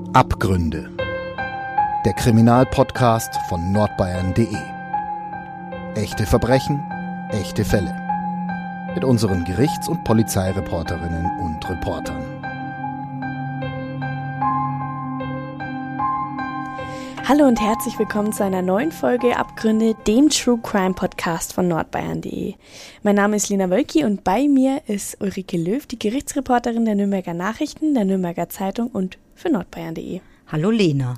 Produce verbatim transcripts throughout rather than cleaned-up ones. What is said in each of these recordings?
Abgründe. Der Kriminalpodcast von nordbayern punkt de. Echte Verbrechen, echte Fälle. Mit unseren Gerichts- und Polizeireporterinnen und Reportern. Hallo und herzlich willkommen zu einer neuen Folge Abgründe, dem True Crime Podcast von nordbayern punkt de. Mein Name ist Lena Wölki und bei mir ist Ulrike Löw, die Gerichtsreporterin der Nürnberger Nachrichten, der Nürnberger Zeitung und für nordbayern punkt de. Hallo Lena.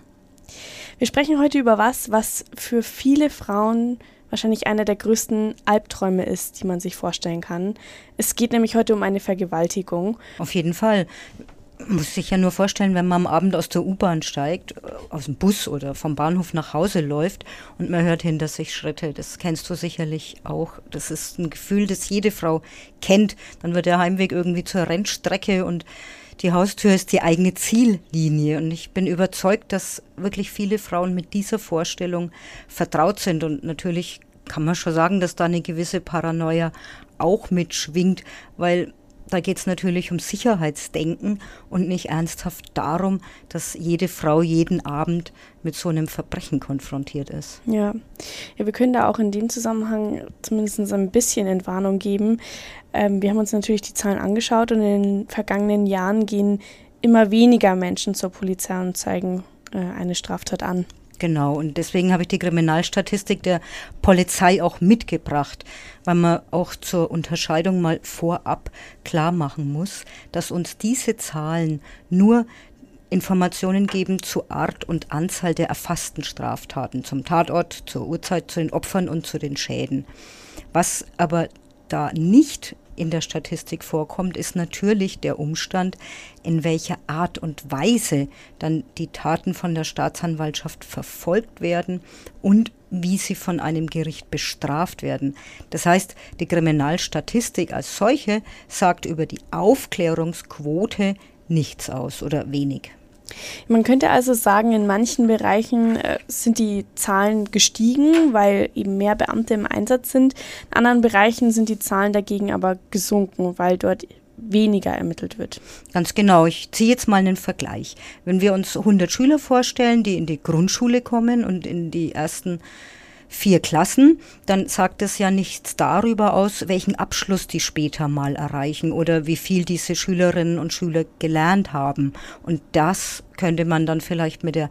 Wir sprechen heute über was, was für viele Frauen wahrscheinlich einer der größten Albträume ist, die man sich vorstellen kann. Es geht nämlich heute um eine Vergewaltigung. Auf jeden Fall. Man muss sich ja nur vorstellen, wenn man am Abend aus der U-Bahn steigt, aus dem Bus oder vom Bahnhof nach Hause läuft und man hört hinter sich Schritte. Das kennst du sicherlich auch. Das ist ein Gefühl, das jede Frau kennt. Dann wird der Heimweg irgendwie zur Rennstrecke und die Haustür ist die eigene Ziellinie. Und ich bin überzeugt, dass wirklich viele Frauen mit dieser Vorstellung vertraut sind. Und natürlich kann man schon sagen, dass da eine gewisse Paranoia auch mitschwingt, weil da geht es natürlich um Sicherheitsdenken und nicht ernsthaft darum, dass jede Frau jeden Abend mit so einem Verbrechen konfrontiert ist. Ja, ja, wir können da auch in dem Zusammenhang zumindest ein bisschen Entwarnung geben. Ähm, wir haben uns natürlich die Zahlen angeschaut und in den vergangenen Jahren gehen immer weniger Menschen zur Polizei und zeigen äh, eine Straftat an. Genau, und deswegen habe ich die Kriminalstatistik der Polizei auch mitgebracht, weil man auch zur Unterscheidung mal vorab klar machen muss, dass uns diese Zahlen nur Informationen geben zu Art und Anzahl der erfassten Straftaten, zum Tatort, zur Uhrzeit, zu den Opfern und zu den Schäden. Was aber da nicht in der Statistik vorkommt, ist natürlich der Umstand, in welcher Art und Weise dann die Taten von der Staatsanwaltschaft verfolgt werden und wie sie von einem Gericht bestraft werden. Das heißt, die Kriminalstatistik als solche sagt über die Aufklärungsquote nichts aus oder wenig. Man könnte also sagen, in manchen Bereichen äh, sind die Zahlen gestiegen, weil eben mehr Beamte im Einsatz sind. In anderen Bereichen sind die Zahlen dagegen aber gesunken, weil dort weniger ermittelt wird. Ganz genau. Ich ziehe jetzt mal einen Vergleich. Wenn wir uns hundert Schüler vorstellen, die in die Grundschule kommen und in die ersten vier Klassen, dann sagt es ja nichts darüber aus, welchen Abschluss die später mal erreichen oder wie viel diese Schülerinnen und Schüler gelernt haben. Und das könnte man dann vielleicht mit der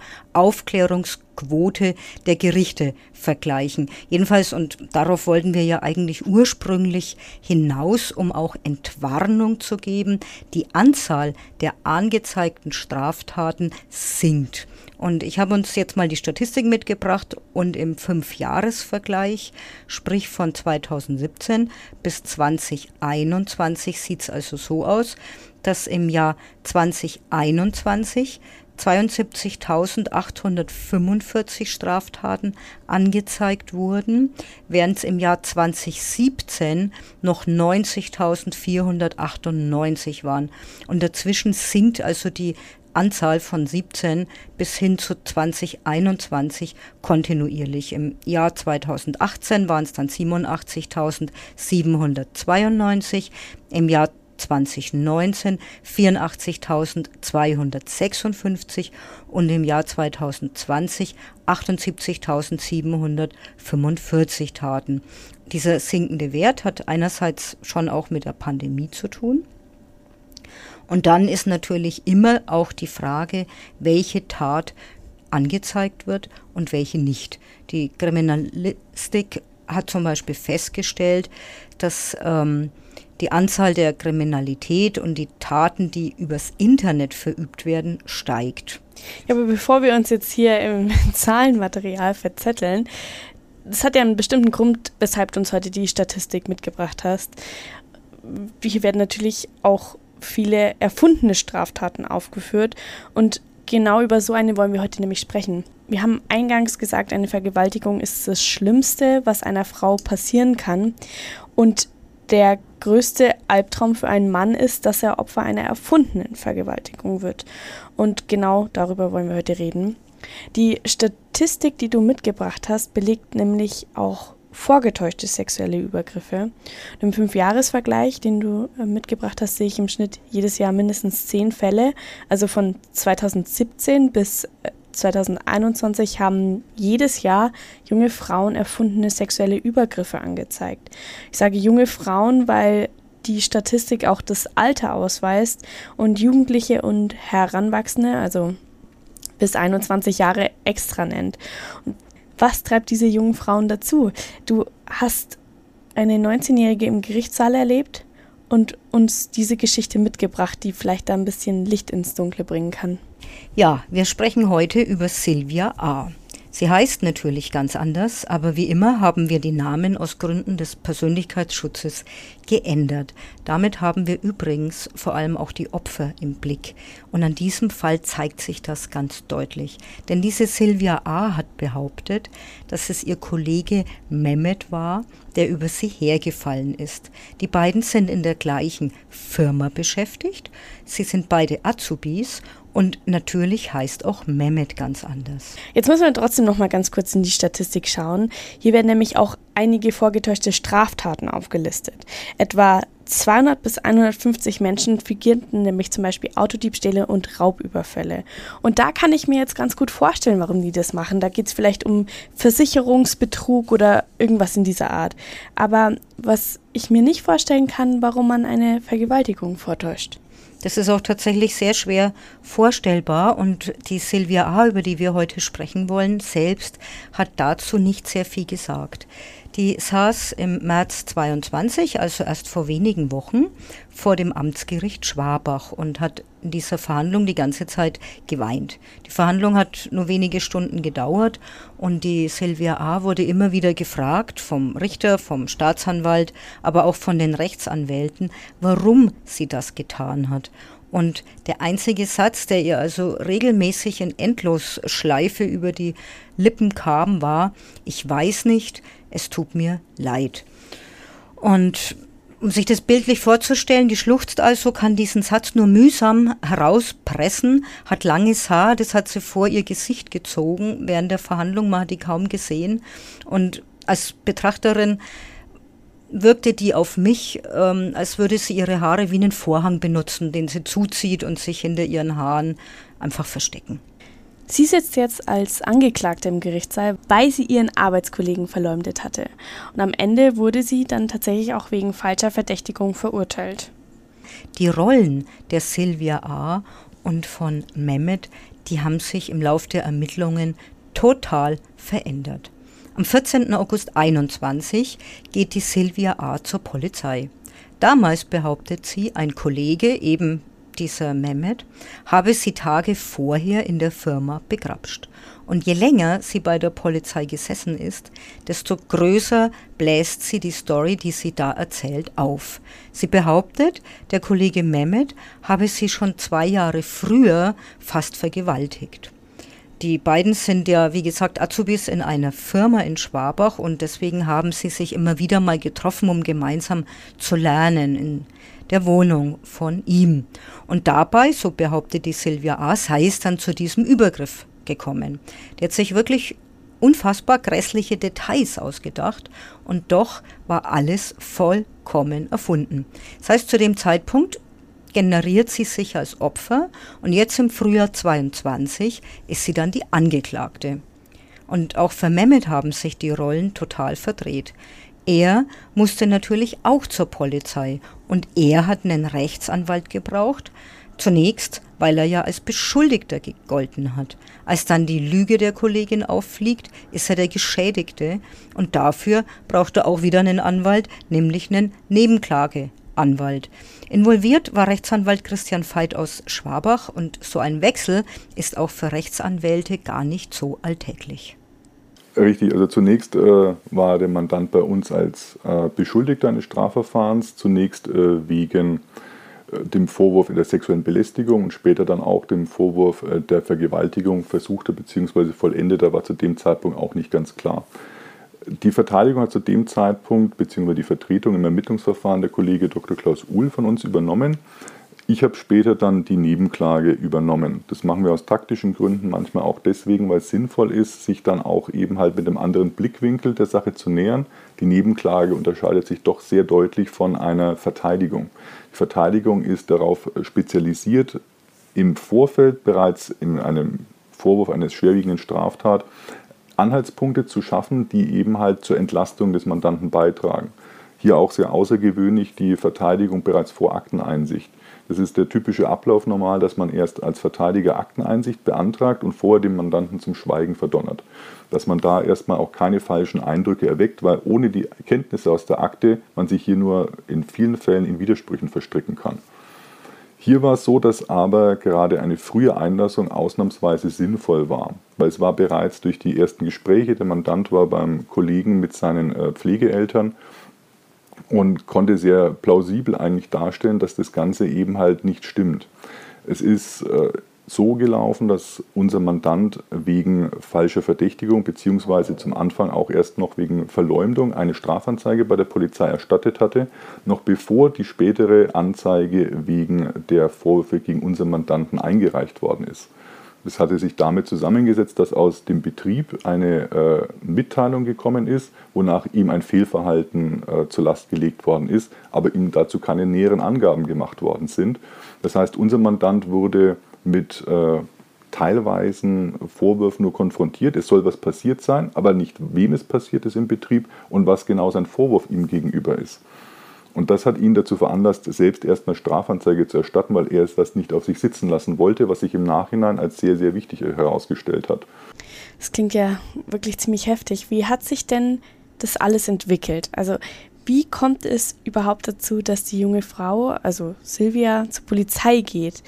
Aufklärungsquote der Gerichte vergleichen. Jedenfalls, und darauf wollten wir ja eigentlich ursprünglich hinaus, um auch Entwarnung zu geben, die Anzahl der angezeigten Straftaten sinkt. Und ich habe uns jetzt mal die Statistik mitgebracht und im Fünfjahresvergleich, sprich von zweitausendsiebzehn bis zweitausendeinundzwanzig, sieht es also so aus, dass im Jahr zweitausendeinundzwanzig zweiundsiebzigtausendachthundertfünfundvierzig Straftaten angezeigt wurden, während es im Jahr zweitausendsiebzehn noch neunzigtausendvierhundertachtundneunzig waren. Und dazwischen sinkt also die Anzahl von siebzehn bis hin zu zweitausendeinundzwanzig kontinuierlich. Im Jahr zweitausendachtzehn waren es dann siebenundachtzigtausendsiebenhundertzweiundneunzig, im Jahr zweitausendneunzehn vierundachtzigtausendzweihundertsechsundfünfzig und im Jahr zweitausendzwanzig achtundsiebzigtausendsiebenhundertfünfundvierzig Taten. Dieser sinkende Wert hat einerseits schon auch mit der Pandemie zu tun. Und dann ist natürlich immer auch die Frage, welche Tat angezeigt wird und welche nicht. Die Kriminalistik hat zum Beispiel festgestellt, dass ähm, die Anzahl der Kriminalität und die Taten, die übers Internet verübt werden, steigt. Ja, aber bevor wir uns jetzt hier im Zahlenmaterial verzetteln, das hat ja einen bestimmten Grund, weshalb du uns heute die Statistik mitgebracht hast. Hier werden natürlich auch viele erfundene Straftaten aufgeführt und genau über so eine wollen wir heute nämlich sprechen. Wir haben eingangs gesagt, eine Vergewaltigung ist das Schlimmste, was einer Frau passieren kann und der größte Albtraum für einen Mann ist, dass er Opfer einer erfundenen Vergewaltigung wird. Und genau darüber wollen wir heute reden. Die Statistik, die du mitgebracht hast, belegt nämlich auch vorgetäuschte sexuelle Übergriffe. Und im Fünfjahresvergleich, den du äh, mitgebracht hast, sehe ich im Schnitt jedes Jahr mindestens zehn Fälle. Also von zweitausendsiebzehn bis äh, zweitausendeinundzwanzig haben jedes Jahr junge Frauen erfundene sexuelle Übergriffe angezeigt. Ich sage junge Frauen, weil die Statistik auch das Alter ausweist und Jugendliche und Heranwachsende, also bis einundzwanzig Jahre, extra nennt. Und was treibt diese jungen Frauen dazu? Du hast eine neunzehnjährige im Gerichtssaal erlebt und uns diese Geschichte mitgebracht, die vielleicht da ein bisschen Licht ins Dunkle bringen kann. Ja, wir sprechen heute über Silvia A. Sie heißt natürlich ganz anders, aber wie immer haben wir die Namen aus Gründen des Persönlichkeitsschutzes geändert. Damit haben wir übrigens vor allem auch die Opfer im Blick. Und an diesem Fall zeigt sich das ganz deutlich. Denn diese Silvia A. hat behauptet, dass es ihr Kollege Mehmet war, der über sie hergefallen ist. Die beiden sind in der gleichen Firma beschäftigt. Sie sind beide Azubis. Und natürlich heißt auch Mehmet ganz anders. Jetzt müssen wir trotzdem noch mal ganz kurz in die Statistik schauen. Hier werden nämlich auch einige vorgetäuschte Straftaten aufgelistet. Etwa zweihundert bis hundertfünfzig Menschen figurierten nämlich zum Beispiel Autodiebstähle und Raubüberfälle. Und da kann ich mir jetzt ganz gut vorstellen, warum die das machen. Da geht es vielleicht um Versicherungsbetrug oder irgendwas in dieser Art. Aber was ich mir nicht vorstellen kann, warum man eine Vergewaltigung vortäuscht. Das ist auch tatsächlich sehr schwer vorstellbar und die Silvia A., über die wir heute sprechen wollen, selbst hat dazu nicht sehr viel gesagt. Die saß im März zweiundzwanzig, also erst vor wenigen Wochen, vor dem Amtsgericht Schwabach und hat in dieser Verhandlung die ganze Zeit geweint. Die Verhandlung hat nur wenige Stunden gedauert und die Silvia A. wurde immer wieder gefragt vom Richter, vom Staatsanwalt, aber auch von den Rechtsanwälten, warum sie das getan hat. Und der einzige Satz, der ihr also regelmäßig in Endlosschleife über die Lippen kam, war: Ich weiß nicht, es tut mir leid. Und um sich das bildlich vorzustellen, die schluchzt also, kann diesen Satz nur mühsam herauspressen, hat langes Haar, das hat sie vor ihr Gesicht gezogen während der Verhandlung, man hat die kaum gesehen. Und als Betrachterin wirkte die auf mich, ähm, als würde sie ihre Haare wie einen Vorhang benutzen, den sie zuzieht und sich hinter ihren Haaren einfach verstecken. Sie sitzt jetzt als Angeklagte im Gerichtssaal, weil sie ihren Arbeitskollegen verleumdet hatte. Und am Ende wurde sie dann tatsächlich auch wegen falscher Verdächtigung verurteilt. Die Rollen der Silvia A. und von Mehmet, die haben sich im Lauf der Ermittlungen total verändert. Am vierzehnten August einundzwanzig geht die Silvia A. zur Polizei. Damals behauptet sie, ein Kollege, eben dieser Mehmet, habe sie Tage vorher in der Firma begrapscht. Und je länger sie bei der Polizei gesessen ist, desto größer bläst sie die Story, die sie da erzählt, auf. Sie behauptet, der Kollege Mehmet habe sie schon zwei Jahre früher fast vergewaltigt. Die beiden sind ja, wie gesagt, Azubis in einer Firma in Schwabach und deswegen haben sie sich immer wieder mal getroffen, um gemeinsam zu lernen in der Wohnung von ihm. Und dabei, so behauptet die Silvia A., sei es dann zu diesem Übergriff gekommen. Die hat sich wirklich unfassbar grässliche Details ausgedacht und doch war alles vollkommen erfunden. Das heißt, zu dem Zeitpunkt generiert sie sich als Opfer und jetzt im Frühjahr zweiundzwanzig ist sie dann die Angeklagte. Und auch für Mehmet haben sich die Rollen total verdreht. Er musste natürlich auch zur Polizei und er hat einen Rechtsanwalt gebraucht, zunächst, weil er ja als Beschuldigter gegolten hat. Als dann die Lüge der Kollegin auffliegt, ist er der Geschädigte und dafür braucht er auch wieder einen Anwalt, nämlich einen Nebenklageanwalt. Involviert war Rechtsanwalt Christian Veit aus Schwabach und so ein Wechsel ist auch für Rechtsanwälte gar nicht so alltäglich. Richtig, also zunächst äh, war der Mandant bei uns als äh, Beschuldigter eines Strafverfahrens, zunächst äh, wegen äh, dem Vorwurf der sexuellen Belästigung und später dann auch dem Vorwurf äh, der Vergewaltigung versuchter bzw. vollendeter, war zu dem Zeitpunkt auch nicht ganz klar. Die Verteidigung hat zu dem Zeitpunkt bzw. die Vertretung im Ermittlungsverfahren der Kollege Doktor Klaus Uhl von uns übernommen. Ich habe später dann die Nebenklage übernommen. Das machen wir aus taktischen Gründen, manchmal auch deswegen, weil es sinnvoll ist, sich dann auch eben halt mit einem anderen Blickwinkel der Sache zu nähern. Die Nebenklage unterscheidet sich doch sehr deutlich von einer Verteidigung. Die Verteidigung ist darauf spezialisiert, im Vorfeld bereits in einem Vorwurf eines schwerwiegenden Straftat Anhaltspunkte zu schaffen, die eben halt zur Entlastung des Mandanten beitragen. Hier auch sehr außergewöhnlich die Verteidigung bereits vor Akteneinsicht. Das ist der typische Ablauf normal, dass man erst als Verteidiger Akteneinsicht beantragt und vorher den Mandanten zum Schweigen verdonnert. Dass man da erstmal auch keine falschen Eindrücke erweckt, weil ohne die Erkenntnisse aus der Akte man sich hier nur in vielen Fällen in Widersprüchen verstricken kann. Hier war es so, dass aber gerade eine frühe Einlassung ausnahmsweise sinnvoll war, weil es war bereits durch die ersten Gespräche, der Mandant war beim Kollegen mit seinen Pflegeeltern und konnte sehr plausibel eigentlich darstellen, dass das Ganze eben halt nicht stimmt. Es ist äh, so gelaufen, dass unser Mandant wegen falscher Verdächtigung beziehungsweise zum Anfang auch erst noch wegen Verleumdung eine Strafanzeige bei der Polizei erstattet hatte, noch bevor die spätere Anzeige wegen der Vorwürfe gegen unseren Mandanten eingereicht worden ist. Das hatte sich damit zusammengesetzt, dass aus dem Betrieb eine äh, Mitteilung gekommen ist, wonach ihm ein Fehlverhalten äh, zur Last gelegt worden ist, aber ihm dazu keine näheren Angaben gemacht worden sind. Das heißt, unser Mandant wurde mit äh, teilweisen Vorwürfen nur konfrontiert. Es soll was passiert sein, aber nicht wem es passiert ist im Betrieb und was genau sein Vorwurf ihm gegenüber ist. Und das hat ihn dazu veranlasst, selbst erstmal Strafanzeige zu erstatten, weil er es das nicht auf sich sitzen lassen wollte, was sich im Nachhinein als sehr, sehr wichtig herausgestellt hat. Das klingt ja wirklich ziemlich heftig. Wie hat sich denn das alles entwickelt? Also wie kommt es überhaupt dazu, dass die junge Frau, also Silvia, zur Polizei geht?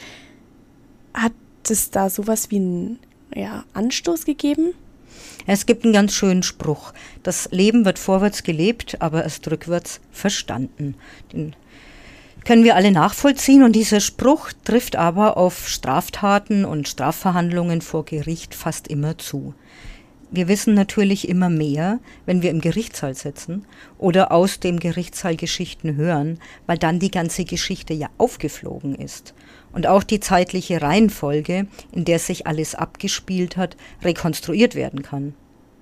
Hat es da sowas wie einen ja, Anstoß gegeben? Es gibt einen ganz schönen Spruch. Das Leben wird vorwärts gelebt, aber erst rückwärts verstanden. Den können wir alle nachvollziehen und dieser Spruch trifft aber auf Straftaten und Strafverhandlungen vor Gericht fast immer zu. Wir wissen natürlich immer mehr, wenn wir im Gerichtssaal sitzen oder aus dem Gerichtssaal Geschichten hören, weil dann die ganze Geschichte ja aufgeflogen ist. Und auch die zeitliche Reihenfolge, in der sich alles abgespielt hat, rekonstruiert werden kann.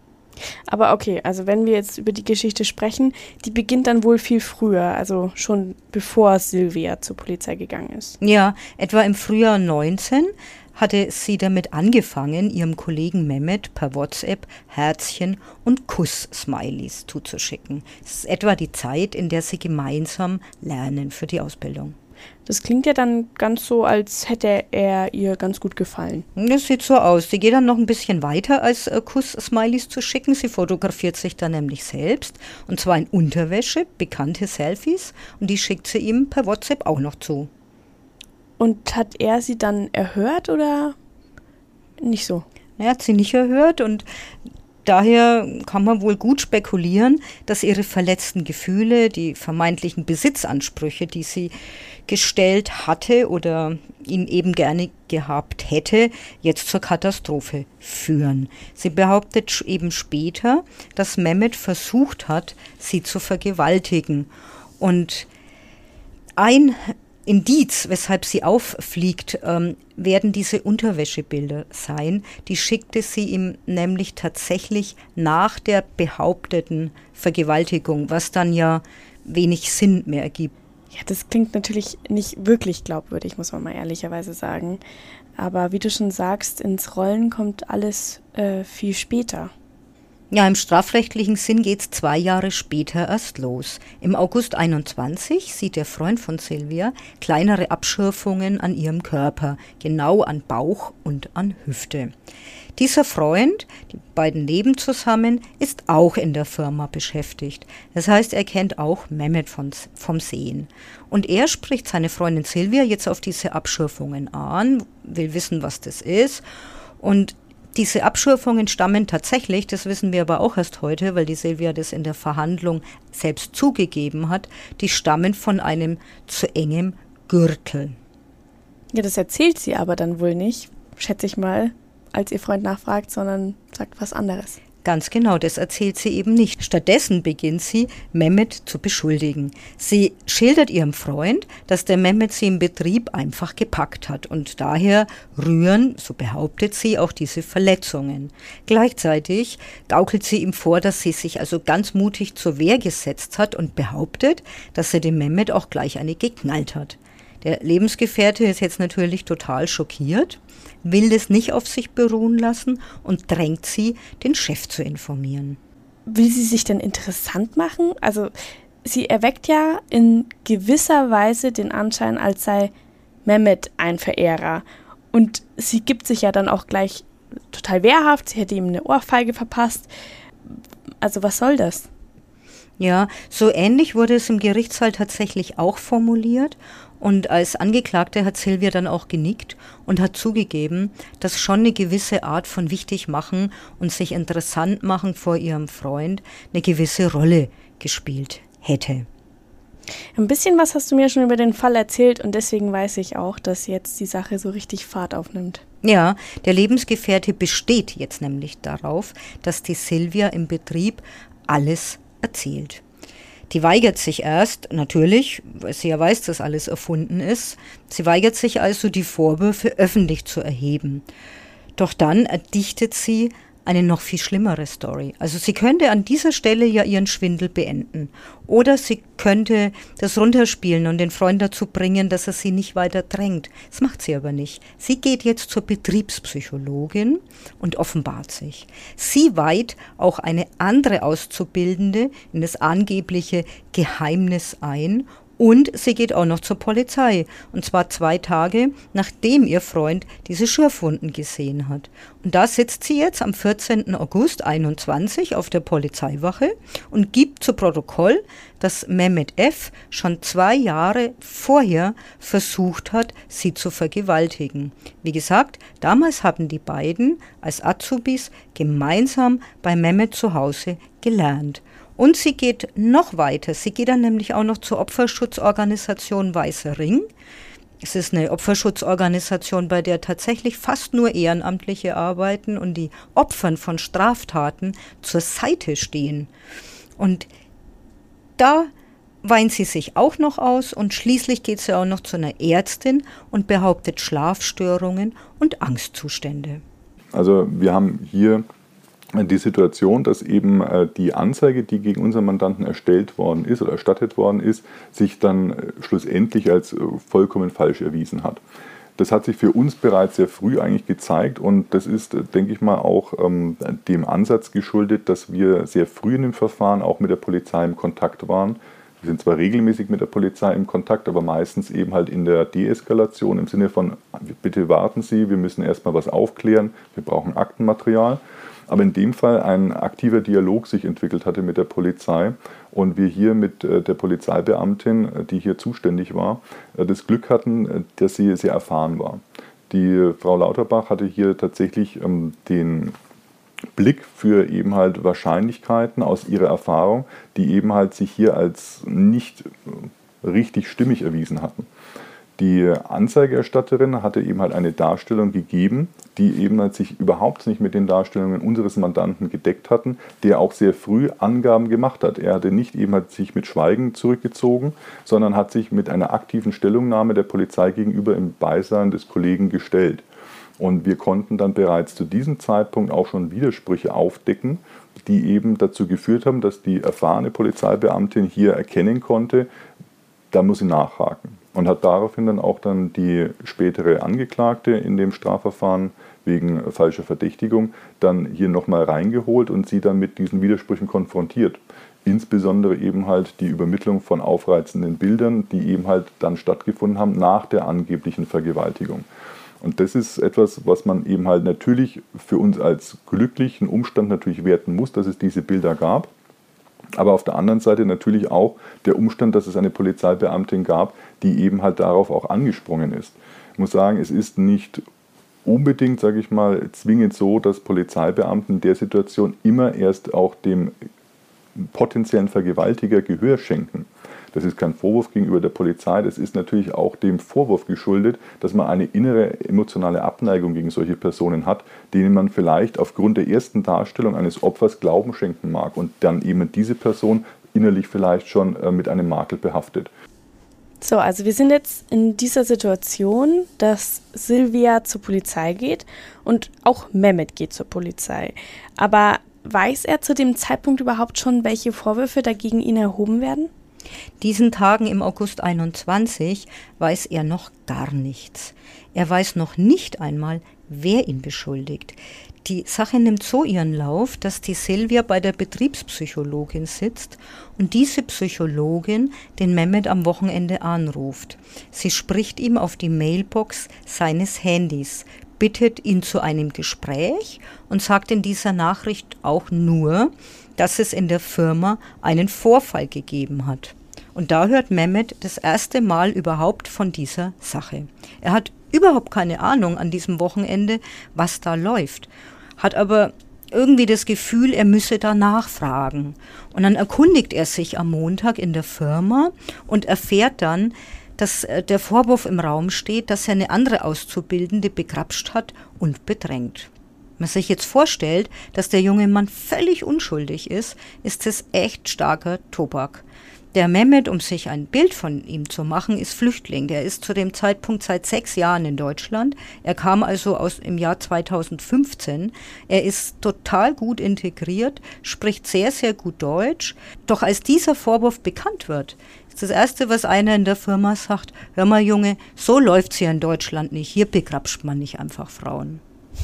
Aber okay, also wenn wir jetzt über die Geschichte sprechen, die beginnt dann wohl viel früher, also schon bevor Silvia zur Polizei gegangen ist. Ja, etwa im Frühjahr neunzehn hatte sie damit angefangen, ihrem Kollegen Mehmet per WhatsApp Herzchen und Kuss-Smileys zuzuschicken. Das ist etwa die Zeit, in der sie gemeinsam lernen für die Ausbildung. Das klingt ja dann ganz so, als hätte er ihr ganz gut gefallen. Das sieht so aus. Sie geht dann noch ein bisschen weiter, als äh, Kuss-Smileys zu schicken. Sie fotografiert sich dann nämlich selbst, und zwar in Unterwäsche, bekannte Selfies, und die schickt sie ihm per WhatsApp auch noch zu. Und hat er sie dann erhört oder nicht so? Er hat sie nicht erhört und daher kann man wohl gut spekulieren, dass ihre verletzten Gefühle, die vermeintlichen Besitzansprüche, die sie gestellt hatte oder ihn eben gerne gehabt hätte, jetzt zur Katastrophe führen. Sie behauptet eben später, dass Mehmet versucht hat, sie zu vergewaltigen. Und ein Indiz, weshalb sie auffliegt, ähm, werden diese Unterwäschebilder sein. Die schickte sie ihm nämlich tatsächlich nach der behaupteten Vergewaltigung, was dann ja wenig Sinn mehr ergibt. Ja, das klingt natürlich nicht wirklich glaubwürdig, muss man mal ehrlicherweise sagen. Aber wie du schon sagst, ins Rollen kommt alles äh, viel später. Ja, im strafrechtlichen Sinn geht's zwei Jahre später erst los. Im August einundzwanzig sieht der Freund von Silvia kleinere Abschürfungen an ihrem Körper, genau an Bauch und an Hüfte. Dieser Freund, die beiden leben zusammen, ist auch in der Firma beschäftigt. Das heißt, er kennt auch Mehmet von, vom Sehen. Und er spricht seine Freundin Silvia jetzt auf diese Abschürfungen an, will wissen, was das ist. Und diese Abschürfungen stammen tatsächlich, das wissen wir aber auch erst heute, weil die Silvia das in der Verhandlung selbst zugegeben hat, die stammen von einem zu engem Gürtel. Ja, das erzählt sie aber dann wohl nicht, schätze ich mal, als ihr Freund nachfragt, sondern sagt was anderes. Ganz genau, das erzählt sie eben nicht. Stattdessen beginnt sie, Mehmet zu beschuldigen. Sie schildert ihrem Freund, dass der Mehmet sie im Betrieb einfach gepackt hat und daher rühren, so behauptet sie, auch diese Verletzungen. Gleichzeitig gaukelt sie ihm vor, dass sie sich also ganz mutig zur Wehr gesetzt hat und behauptet, dass sie dem Mehmet auch gleich eine geknallt hat. Der Lebensgefährte ist jetzt natürlich total schockiert, will das nicht auf sich beruhen lassen und drängt sie, den Chef zu informieren. Will sie sich denn interessant machen? Also sie erweckt ja in gewisser Weise den Anschein, als sei Mehmet ein Verehrer. Und sie gibt sich ja dann auch gleich total wehrhaft, sie hätte ihm eine Ohrfeige verpasst. Also was soll das? Ja, so ähnlich wurde es im Gerichtssaal tatsächlich auch formuliert. Und als Angeklagte hat Silvia dann auch genickt und hat zugegeben, dass schon eine gewisse Art von Wichtigmachen und sich interessant machen vor ihrem Freund eine gewisse Rolle gespielt hätte. Ein bisschen was hast du mir schon über den Fall erzählt und deswegen weiß ich auch, dass jetzt die Sache so richtig Fahrt aufnimmt. Ja, der Lebensgefährte besteht jetzt nämlich darauf, dass die Silvia im Betrieb alles erzählt. Die weigert sich erst, natürlich, weil sie ja weiß, dass alles erfunden ist, sie weigert sich also, die Vorwürfe öffentlich zu erheben. Doch dann erdichtet sie eine noch viel schlimmere Story. Also sie könnte an dieser Stelle ja ihren Schwindel beenden. Oder sie könnte das runterspielen und den Freund dazu bringen, dass er sie nicht weiter drängt. Das macht sie aber nicht. Sie geht jetzt zur Betriebspsychologin und offenbart sich. Sie weiht auch eine andere Auszubildende in das angebliche Geheimnis ein. Und sie geht auch noch zur Polizei, und zwar zwei Tage, nachdem ihr Freund diese Schürfwunden gesehen hat. Und da sitzt sie jetzt am vierzehnten August einundzwanzig auf der Polizeiwache und gibt zu Protokoll, dass Mehmet F. schon zwei Jahre vorher versucht hat, sie zu vergewaltigen. Wie gesagt, damals haben die beiden als Azubis gemeinsam bei Mehmet zu Hause gelernt. Und sie geht noch weiter. Sie geht dann nämlich auch noch zur Opferschutzorganisation Weißer Ring. Es ist eine Opferschutzorganisation, bei der tatsächlich fast nur Ehrenamtliche arbeiten und die Opfern von Straftaten zur Seite stehen. Und da weint sie sich auch noch aus und schließlich geht sie auch noch zu einer Ärztin und behauptet Schlafstörungen und Angstzustände. Also wir haben hier die Situation, dass eben äh, die Anzeige, die gegen unseren Mandanten erstellt worden ist oder erstattet worden ist, sich dann äh, schlussendlich als äh, vollkommen falsch erwiesen hat. Das hat sich für uns bereits sehr früh eigentlich gezeigt und das ist, äh, denke ich mal, auch ähm, dem Ansatz geschuldet, dass wir sehr früh in dem Verfahren auch mit der Polizei im Kontakt waren. Wir sind zwar regelmäßig mit der Polizei im Kontakt, aber meistens eben halt in der Deeskalation im Sinne von, bitte warten Sie, wir müssen erstmal was aufklären, wir brauchen Aktenmaterial. Aber in dem Fall ein aktiver Dialog sich entwickelt hatte mit der Polizei und wir hier mit der Polizeibeamtin, die hier zuständig war, das Glück hatten, dass sie sehr erfahren war. Die Frau Lauterbach hatte hier tatsächlich den Blick für eben halt Wahrscheinlichkeiten aus ihrer Erfahrung, die eben halt sich hier als nicht richtig stimmig erwiesen hatten. Die Anzeigerstatterin hatte eben halt eine Darstellung gegeben, die eben halt sich überhaupt nicht mit den Darstellungen unseres Mandanten gedeckt hatten, der auch sehr früh Angaben gemacht hat. Er hatte nicht eben halt sich mit Schweigen zurückgezogen, sondern hat sich mit einer aktiven Stellungnahme der Polizei gegenüber im Beisein des Kollegen gestellt. Und wir konnten dann bereits zu diesem Zeitpunkt auch schon Widersprüche aufdecken, die eben dazu geführt haben, dass die erfahrene Polizeibeamtin hier erkennen konnte, da muss sie nachhaken. Und hat daraufhin dann auch dann die spätere Angeklagte in dem Strafverfahren wegen falscher Verdächtigung dann hier nochmal reingeholt und sie dann mit diesen Widersprüchen konfrontiert. Insbesondere eben halt die Übermittlung von aufreizenden Bildern, die eben halt dann stattgefunden haben nach der angeblichen Vergewaltigung. Und das ist etwas, was man eben halt natürlich für uns als glücklichen Umstand natürlich werten muss, dass es diese Bilder gab. Aber auf der anderen Seite natürlich auch der Umstand, dass es eine Polizeibeamtin gab, die eben halt darauf auch angesprungen ist. Ich muss sagen, es ist nicht unbedingt, sage ich mal, zwingend so, dass Polizeibeamten in der Situation immer erst auch dem potenziellen Vergewaltiger Gehör schenken. Das ist kein Vorwurf gegenüber der Polizei, das ist natürlich auch dem Vorwurf geschuldet, dass man eine innere emotionale Abneigung gegen solche Personen hat, denen man vielleicht aufgrund der ersten Darstellung eines Opfers Glauben schenken mag und dann eben diese Person innerlich vielleicht schon äh, mit einem Makel behaftet. So, also wir sind jetzt in dieser Situation, dass Silvia zur Polizei geht und auch Mehmet geht zur Polizei. Aber weiß er zu dem Zeitpunkt überhaupt schon, welche Vorwürfe dagegen ihn erhoben werden? Diesen Tagen im August einundzwanzig weiß er noch gar nichts. Er weiß noch nicht einmal, wer ihn beschuldigt. Die Sache nimmt so ihren Lauf, dass die Silvia bei der Betriebspsychologin sitzt und diese Psychologin den Mehmet am Wochenende anruft. Sie spricht ihm auf die Mailbox seines Handys, bittet ihn zu einem Gespräch und sagt in dieser Nachricht auch nur, dass es in der Firma einen Vorfall gegeben hat. Und da hört Mehmet das erste Mal überhaupt von dieser Sache. Er hat überhaupt keine Ahnung an diesem Wochenende, was da läuft, hat aber irgendwie das Gefühl, er müsse da nachfragen. Und dann erkundigt er sich am Montag in der Firma und erfährt dann, dass der Vorwurf im Raum steht, dass er eine andere Auszubildende begrapscht hat und bedrängt. Wenn man sich jetzt vorstellt, dass der junge Mann völlig unschuldig ist, ist das echt starker Tobak. Der Mehmet, um sich ein Bild von ihm zu machen, ist Flüchtling. Der ist zu dem Zeitpunkt seit sechs Jahren in Deutschland. Er kam also aus im Jahr zweitausendfünfzehn. Er ist total gut integriert, spricht sehr, sehr gut Deutsch. Doch als dieser Vorwurf bekannt wird, ist das Erste, was einer in der Firma sagt: Hör mal, Junge, so läuft's hier in Deutschland nicht. Hier begrapscht man nicht einfach Frauen.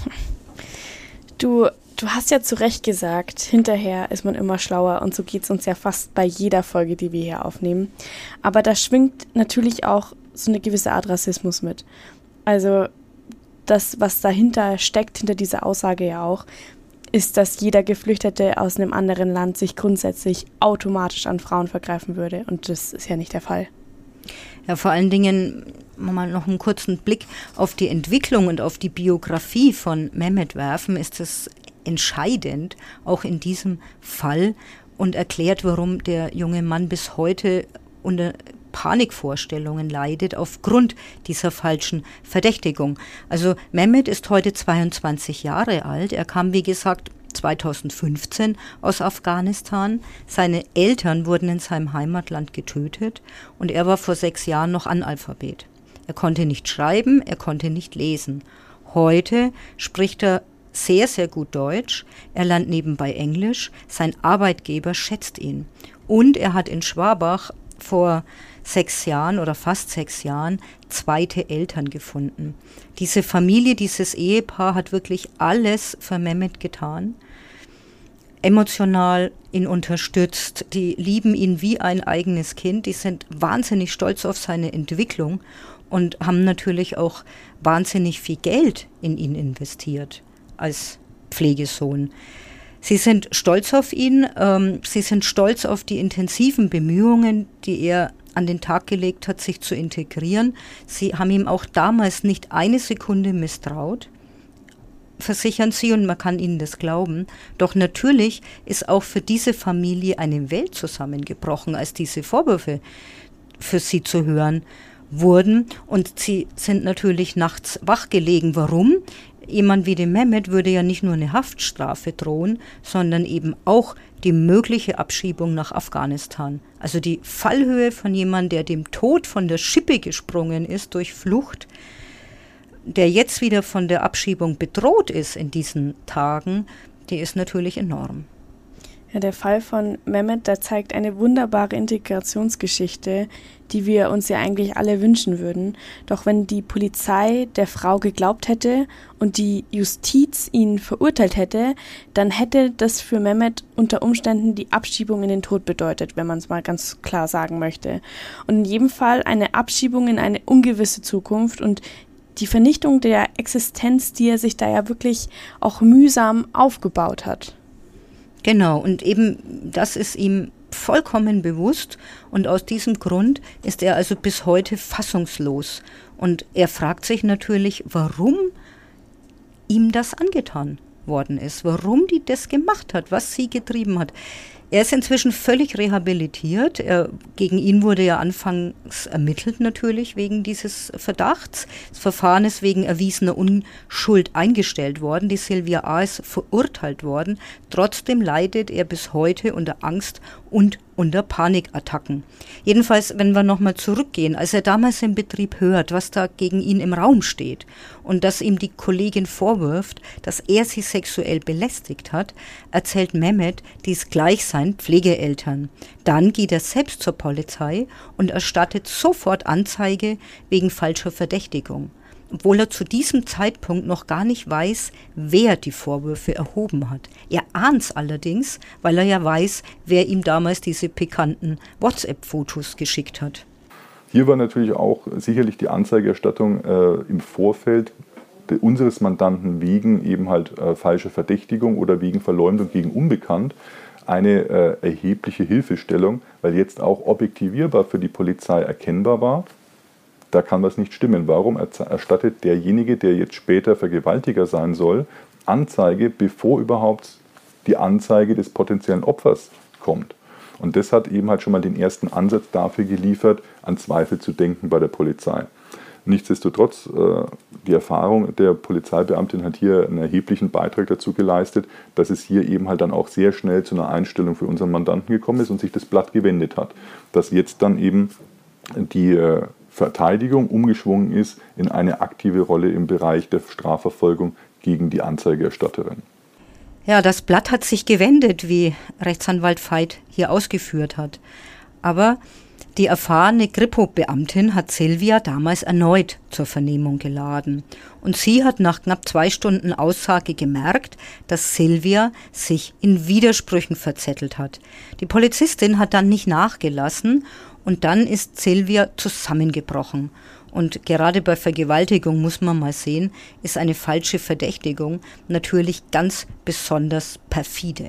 Du, du hast ja zu Recht gesagt, hinterher ist man immer schlauer und so geht es uns ja fast bei jeder Folge, die wir hier aufnehmen. Aber da schwingt natürlich auch so eine gewisse Art Rassismus mit. Also das, was dahinter steckt, hinter dieser Aussage ja auch, ist, dass jeder Geflüchtete aus einem anderen Land sich grundsätzlich automatisch an Frauen vergreifen würde. Und das ist ja nicht der Fall. Ja, vor allen Dingen mal noch einen kurzen Blick auf die Entwicklung und auf die Biografie von Mehmet werfen, ist es entscheidend, auch in diesem Fall, und erklärt, warum der junge Mann bis heute unter Panikvorstellungen leidet aufgrund dieser falschen Verdächtigung. Also Mehmet ist heute zweiundzwanzig Jahre alt. Er kam, wie gesagt, zweitausendfünfzehn aus Afghanistan. Seine Eltern wurden in seinem Heimatland getötet und er war vor sechs Jahren noch Analphabet. Er konnte nicht schreiben, er konnte nicht lesen. Heute spricht er sehr, sehr gut Deutsch. Er lernt nebenbei Englisch. Sein Arbeitgeber schätzt ihn. Und er hat in Schwabach vor sechs Jahren oder fast sechs Jahren zweite Eltern gefunden. Diese Familie, dieses Ehepaar hat wirklich alles für Mehmet getan. Emotional ihn unterstützt, die lieben ihn wie ein eigenes Kind, die sind wahnsinnig stolz auf seine Entwicklung und haben natürlich auch wahnsinnig viel Geld in ihn investiert als Pflegesohn. Sie sind stolz auf ihn, ähm, sie sind stolz auf die intensiven Bemühungen, die er an den Tag gelegt hat, sich zu integrieren. Sie haben ihm auch damals nicht eine Sekunde misstraut, versichern sie, und man kann ihnen das glauben. Doch natürlich ist auch für diese Familie eine Welt zusammengebrochen, als diese Vorwürfe für sie zu hören wurden. Und sie sind natürlich nachts wachgelegen. Warum? Jemand wie dem Mehmet würde ja nicht nur eine Haftstrafe drohen, sondern eben auch die mögliche Abschiebung nach Afghanistan. Also die Fallhöhe von jemandem, der dem Tod von der Schippe gesprungen ist durch Flucht, der jetzt wieder von der Abschiebung bedroht ist in diesen Tagen, die ist natürlich enorm. Ja, der Fall von Mehmet, der zeigt eine wunderbare Integrationsgeschichte, die wir uns ja eigentlich alle wünschen würden. Doch wenn die Polizei der Frau geglaubt hätte und die Justiz ihn verurteilt hätte, dann hätte das für Mehmet unter Umständen die Abschiebung in den Tod bedeutet, wenn man es mal ganz klar sagen möchte. Und in jedem Fall eine Abschiebung in eine ungewisse Zukunft und die Vernichtung der Existenz, die er sich da ja wirklich auch mühsam aufgebaut hat. Genau, und eben das ist ihm vollkommen bewusst und aus diesem Grund ist er also bis heute fassungslos. Und er fragt sich natürlich, warum ihm das angetan worden ist, warum die das gemacht hat, was sie getrieben hat. Er ist inzwischen völlig rehabilitiert. Er, gegen ihn wurde ja anfangs ermittelt natürlich wegen dieses Verdachts. Das Verfahren ist wegen erwiesener Unschuld eingestellt worden. Die Sylvia A. ist verurteilt worden. Trotzdem leidet er bis heute unter Angst und unter Panikattacken. Jedenfalls, wenn wir nochmal zurückgehen, als er damals im Betrieb hört, was da gegen ihn im Raum steht und dass ihm die Kollegin vorwirft, dass er sie sexuell belästigt hat, erzählt Mehmet, dies gleich seinen Pflegeeltern. Dann geht er selbst zur Polizei und erstattet sofort Anzeige wegen falscher Verdächtigung, obwohl er zu diesem Zeitpunkt noch gar nicht weiß, wer die Vorwürfe erhoben hat. Er ahnt es allerdings, weil er ja weiß, wer ihm damals diese pikanten WhatsApp-Fotos geschickt hat. Hier war natürlich auch sicherlich die Anzeigerstattung äh, im Vorfeld de, unseres Mandanten wegen eben halt äh, falscher Verdächtigung oder wegen Verleumdung gegen Unbekannt eine äh, erhebliche Hilfestellung, weil jetzt auch objektivierbar für die Polizei erkennbar war, da kann was nicht stimmen. Warum erstattet derjenige, der jetzt später Vergewaltiger sein soll, Anzeige, bevor überhaupt die Anzeige des potenziellen Opfers kommt? Und das hat eben halt schon mal den ersten Ansatz dafür geliefert, an Zweifel zu denken bei der Polizei. Nichtsdestotrotz, die Erfahrung der Polizeibeamtin hat hier einen erheblichen Beitrag dazu geleistet, dass es hier eben halt dann auch sehr schnell zu einer Einstellung für unseren Mandanten gekommen ist und sich das Blatt gewendet hat. Dass jetzt dann eben die Verteidigung umgeschwungen ist in eine aktive Rolle im Bereich der Strafverfolgung gegen die Anzeigerstatterin. Ja, das Blatt hat sich gewendet, wie Rechtsanwalt Veit hier ausgeführt hat. Aber die erfahrene Kripo-Beamtin hat Sylvia damals erneut zur Vernehmung geladen. Und sie hat nach knapp zwei Stunden Aussage gemerkt, dass Sylvia sich in Widersprüchen verzettelt hat. Die Polizistin hat dann nicht nachgelassen und dann ist Sylvia zusammengebrochen. Und gerade bei Vergewaltigung muss man mal sehen, ist eine falsche Verdächtigung natürlich ganz besonders perfide.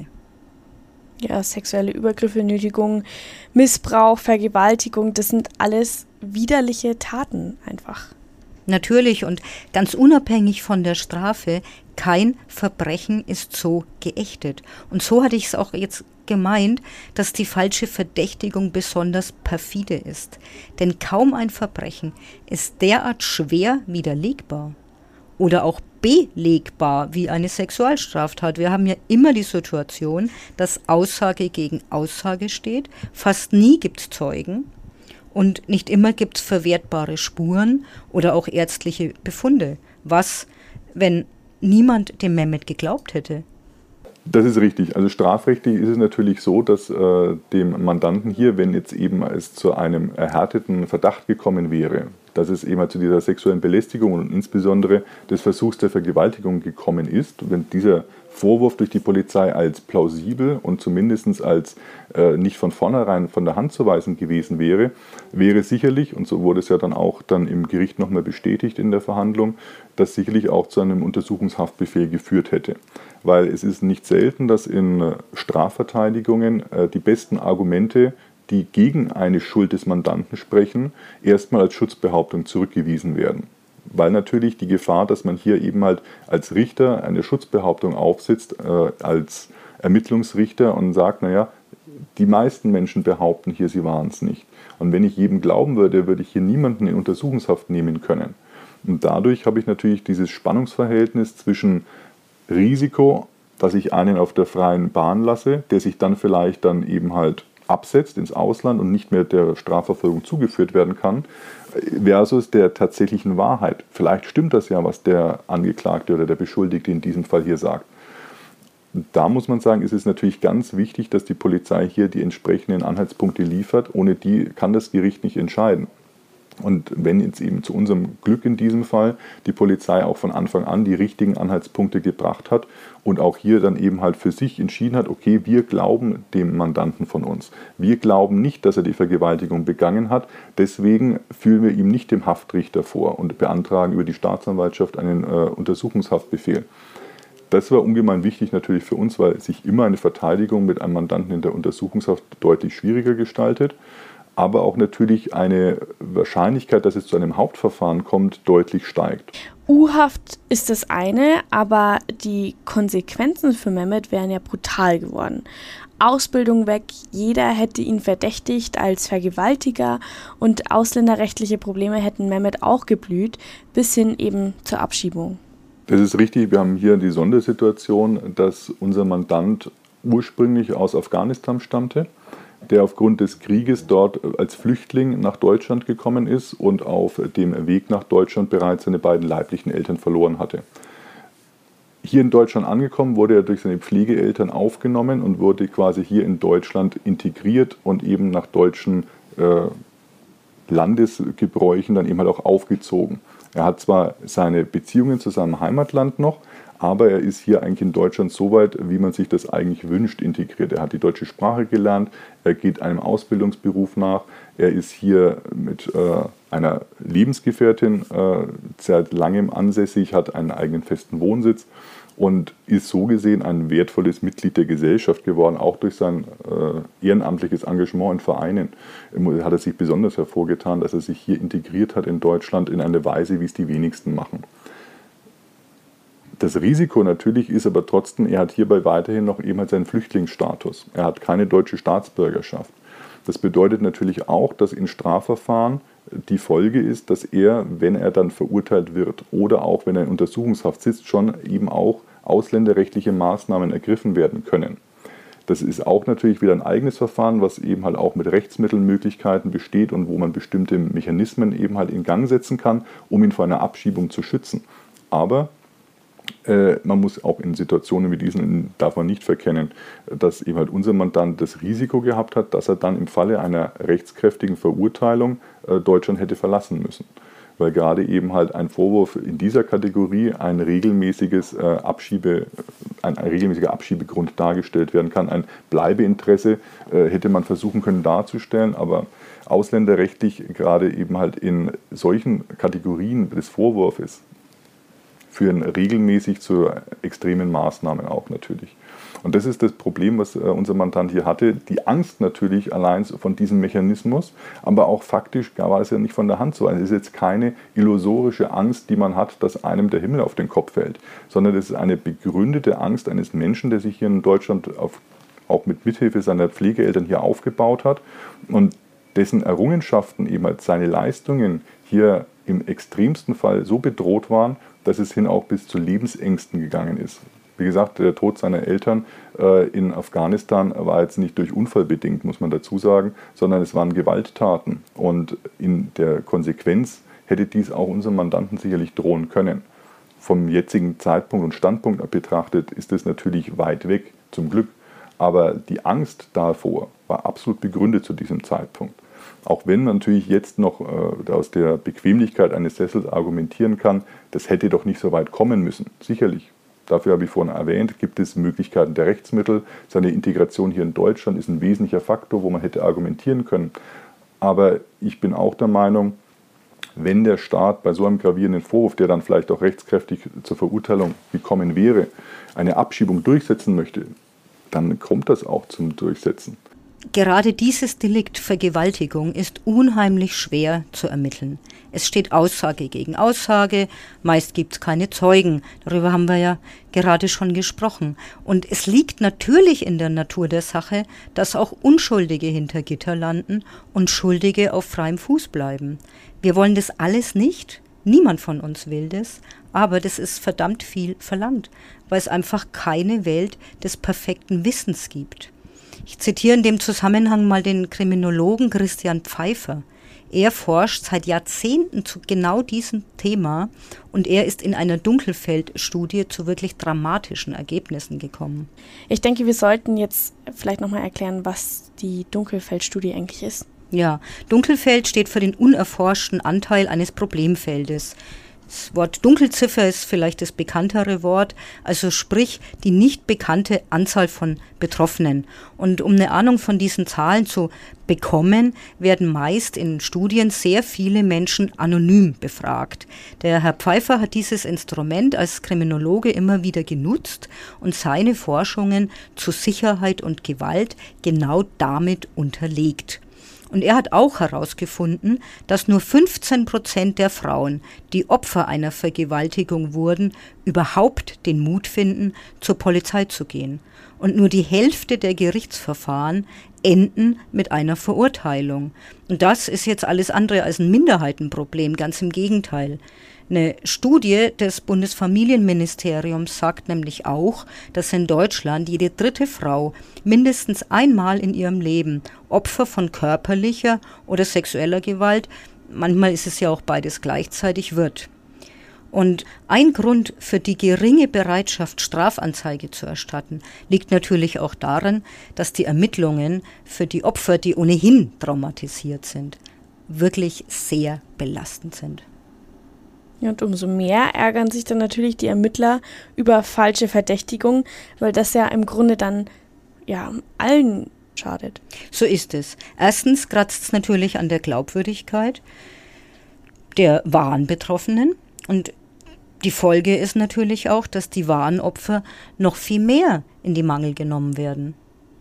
Ja, sexuelle Übergriffe, Nötigung, Missbrauch, Vergewaltigung, das sind alles widerliche Taten einfach. Natürlich und ganz unabhängig von der Strafe, kein Verbrechen ist so geächtet. Und so hatte ich es auch jetzt gemeint, dass die falsche Verdächtigung besonders perfide ist. Denn kaum ein Verbrechen ist derart schwer widerlegbar oder auch belegbar wie eine Sexualstraftat. Wir haben ja immer die Situation, dass Aussage gegen Aussage steht. Fast nie gibt es Zeugen. Und nicht immer gibt es verwertbare Spuren oder auch ärztliche Befunde. Was, wenn niemand dem Mehmet geglaubt hätte? Das ist richtig. Also strafrechtlich ist es natürlich so, dass äh, dem Mandanten hier, wenn jetzt eben es zu einem erhärteten Verdacht gekommen wäre, dass es eben zu dieser sexuellen Belästigung und insbesondere des Versuchs der Vergewaltigung gekommen ist, wenn dieser Vorwurf durch die Polizei als plausibel und zumindest als äh, nicht von vornherein von der Hand zu weisen gewesen wäre, wäre sicherlich, und so wurde es ja dann auch dann im Gericht nochmal bestätigt in der Verhandlung, dass sicherlich auch zu einem Untersuchungshaftbefehl geführt hätte. Weil es ist nicht selten, dass in Strafverteidigungen äh, die besten Argumente, die gegen eine Schuld des Mandanten sprechen, erstmal als Schutzbehauptung zurückgewiesen werden. Weil natürlich die Gefahr, dass man hier eben halt als Richter eine Schutzbehauptung aufsitzt, äh, als Ermittlungsrichter und sagt, naja, die meisten Menschen behaupten hier, sie waren es nicht. Und wenn ich jedem glauben würde, würde ich hier niemanden in Untersuchungshaft nehmen können. Und dadurch habe ich natürlich dieses Spannungsverhältnis zwischen Risiko, dass ich einen auf der freien Bahn lasse, der sich dann vielleicht dann eben halt absetzt ins Ausland und nicht mehr der Strafverfolgung zugeführt werden kann, versus der tatsächlichen Wahrheit. Vielleicht stimmt das ja, was der Angeklagte oder der Beschuldigte in diesem Fall hier sagt. Da muss man sagen, ist es natürlich ganz wichtig, dass die Polizei hier die entsprechenden Anhaltspunkte liefert. Ohne die kann das Gericht nicht entscheiden. Und wenn jetzt eben zu unserem Glück in diesem Fall die Polizei auch von Anfang an die richtigen Anhaltspunkte gebracht hat und auch hier dann eben halt für sich entschieden hat, okay, wir glauben dem Mandanten von uns. Wir glauben nicht, dass er die Vergewaltigung begangen hat, deswegen führen wir ihm nicht dem Haftrichter vor und beantragen über die Staatsanwaltschaft einen äh, Untersuchungshaftbefehl. Das war ungemein wichtig natürlich für uns, weil sich immer eine Verteidigung mit einem Mandanten in der Untersuchungshaft deutlich schwieriger gestaltet, aber auch natürlich eine Wahrscheinlichkeit, dass es zu einem Hauptverfahren kommt, deutlich steigt. U-Haft ist das eine, aber die Konsequenzen für Mehmet wären ja brutal geworden. Ausbildung weg, jeder hätte ihn verdächtigt als Vergewaltiger und ausländerrechtliche Probleme hätten Mehmet auch geblüht, bis hin eben zur Abschiebung. Das ist richtig, wir haben hier die Sondersituation, dass unser Mandant ursprünglich aus Afghanistan stammte, der aufgrund des Krieges dort als Flüchtling nach Deutschland gekommen ist und auf dem Weg nach Deutschland bereits seine beiden leiblichen Eltern verloren hatte. Hier in Deutschland angekommen, wurde er durch seine Pflegeeltern aufgenommen und wurde quasi hier in Deutschland integriert und eben nach deutschen äh, Landesgebräuchen dann eben halt auch aufgezogen. Er hat zwar seine Beziehungen zu seinem Heimatland noch, aber er ist hier eigentlich in Deutschland so weit, wie man sich das eigentlich wünscht, integriert. Er hat die deutsche Sprache gelernt, er geht einem Ausbildungsberuf nach, er ist hier mit äh, einer Lebensgefährtin äh, seit langem ansässig, hat einen eigenen festen Wohnsitz und ist so gesehen ein wertvolles Mitglied der Gesellschaft geworden, auch durch sein äh, ehrenamtliches Engagement in Vereinen. Hat er sich besonders hervorgetan, dass er sich hier integriert hat in Deutschland in einer Weise, wie es die wenigsten machen. Das Risiko natürlich ist aber trotzdem, er hat hierbei weiterhin noch eben halt seinen Flüchtlingsstatus. Er hat keine deutsche Staatsbürgerschaft. Das bedeutet natürlich auch, dass in Strafverfahren die Folge ist, dass er, wenn er dann verurteilt wird oder auch wenn er in Untersuchungshaft sitzt, schon eben auch ausländerrechtliche Maßnahmen ergriffen werden können. Das ist auch natürlich wieder ein eigenes Verfahren, was eben halt auch mit Rechtsmittelmöglichkeiten besteht und wo man bestimmte Mechanismen eben halt in Gang setzen kann, um ihn vor einer Abschiebung zu schützen. Aber Äh, man muss auch in Situationen wie diesen, darf man nicht verkennen, dass eben halt unser Mandant das Risiko gehabt hat, dass er dann im Falle einer rechtskräftigen Verurteilung äh, Deutschland hätte verlassen müssen. Weil gerade eben halt ein Vorwurf in dieser Kategorie ein regelmäßiges äh, Abschiebe, ein, ein regelmäßiger Abschiebegrund dargestellt werden kann. Ein Bleibeinteresse äh, hätte man versuchen können darzustellen, aber ausländerrechtlich gerade eben halt in solchen Kategorien des Vorwurfs führen regelmäßig zu extremen Maßnahmen auch natürlich. Und das ist das Problem, was unser Mandant hier hatte. Die Angst natürlich allein von diesem Mechanismus, aber auch faktisch war es ja nicht von der Hand so. Es ist jetzt keine illusorische Angst, die man hat, dass einem der Himmel auf den Kopf fällt, sondern es ist eine begründete Angst eines Menschen, der sich hier in Deutschland auf, auch mit Mithilfe seiner Pflegeeltern hier aufgebaut hat und dessen Errungenschaften, eben als seine Leistungen hier im extremsten Fall so bedroht waren, dass es hin auch bis zu Lebensängsten gegangen ist. Wie gesagt, der Tod seiner Eltern äh, in Afghanistan war jetzt nicht durch Unfall bedingt, muss man dazu sagen, sondern es waren Gewalttaten. Und in der Konsequenz hätte dies auch unserem Mandanten sicherlich drohen können. Vom jetzigen Zeitpunkt und Standpunkt betrachtet ist es natürlich weit weg, zum Glück. Aber die Angst davor war absolut begründet zu diesem Zeitpunkt. Auch wenn man natürlich jetzt noch äh, aus der Bequemlichkeit eines Sessels argumentieren kann, das hätte doch nicht so weit kommen müssen. Sicherlich. Dafür habe ich vorhin erwähnt, gibt es Möglichkeiten der Rechtsmittel. Seine Integration hier in Deutschland ist ein wesentlicher Faktor, wo man hätte argumentieren können. Aber ich bin auch der Meinung, wenn der Staat bei so einem gravierenden Vorwurf, der dann vielleicht auch rechtskräftig zur Verurteilung gekommen wäre, eine Abschiebung durchsetzen möchte, dann kommt das auch zum Durchsetzen. Gerade dieses Delikt Vergewaltigung ist unheimlich schwer zu ermitteln. Es steht Aussage gegen Aussage, meist gibt es keine Zeugen. Darüber haben wir ja gerade schon gesprochen. Und es liegt natürlich in der Natur der Sache, dass auch Unschuldige hinter Gitter landen und Schuldige auf freiem Fuß bleiben. Wir wollen das alles nicht. Niemand von uns will das. Aber das ist verdammt viel verlangt, weil es einfach keine Welt des perfekten Wissens gibt. Ich zitiere in dem Zusammenhang mal den Kriminologen Christian Pfeiffer. Er forscht seit Jahrzehnten zu genau diesem Thema und er ist in einer Dunkelfeld-Studie zu wirklich dramatischen Ergebnissen gekommen. Ich denke, wir sollten jetzt vielleicht nochmal erklären, was die Dunkelfeld-Studie eigentlich ist. Ja, Dunkelfeld steht für den unerforschten Anteil eines Problemfeldes. Das Wort Dunkelziffer ist vielleicht das bekanntere Wort, also sprich die nicht bekannte Anzahl von Betroffenen. Und um eine Ahnung von diesen Zahlen zu bekommen, werden meist in Studien sehr viele Menschen anonym befragt. Der Herr Pfeiffer hat dieses Instrument als Kriminologe immer wieder genutzt und seine Forschungen zu Sicherheit und Gewalt genau damit unterlegt. Und er hat auch herausgefunden, dass nur fünfzehn Prozent der Frauen, die Opfer einer Vergewaltigung wurden, überhaupt den Mut finden, zur Polizei zu gehen. Und nur die Hälfte der Gerichtsverfahren enden mit einer Verurteilung. Und das ist jetzt alles andere als ein Minderheitenproblem, ganz im Gegenteil. Eine Studie des Bundesfamilienministeriums sagt nämlich auch, dass in Deutschland jede dritte Frau mindestens einmal in ihrem Leben Opfer von körperlicher oder sexueller Gewalt, manchmal ist es ja auch beides gleichzeitig, wird. Und ein Grund für die geringe Bereitschaft, Strafanzeige zu erstatten, liegt natürlich auch darin, dass die Ermittlungen für die Opfer, die ohnehin traumatisiert sind, wirklich sehr belastend sind. Ja, und umso mehr ärgern sich dann natürlich die Ermittler über falsche Verdächtigungen, weil das ja im Grunde dann ja allen schadet. So ist es. Erstens kratzt es natürlich an der Glaubwürdigkeit der wahren Betroffenen. Und die Folge ist natürlich auch, dass die wahren Opfer noch viel mehr in die Mangel genommen werden.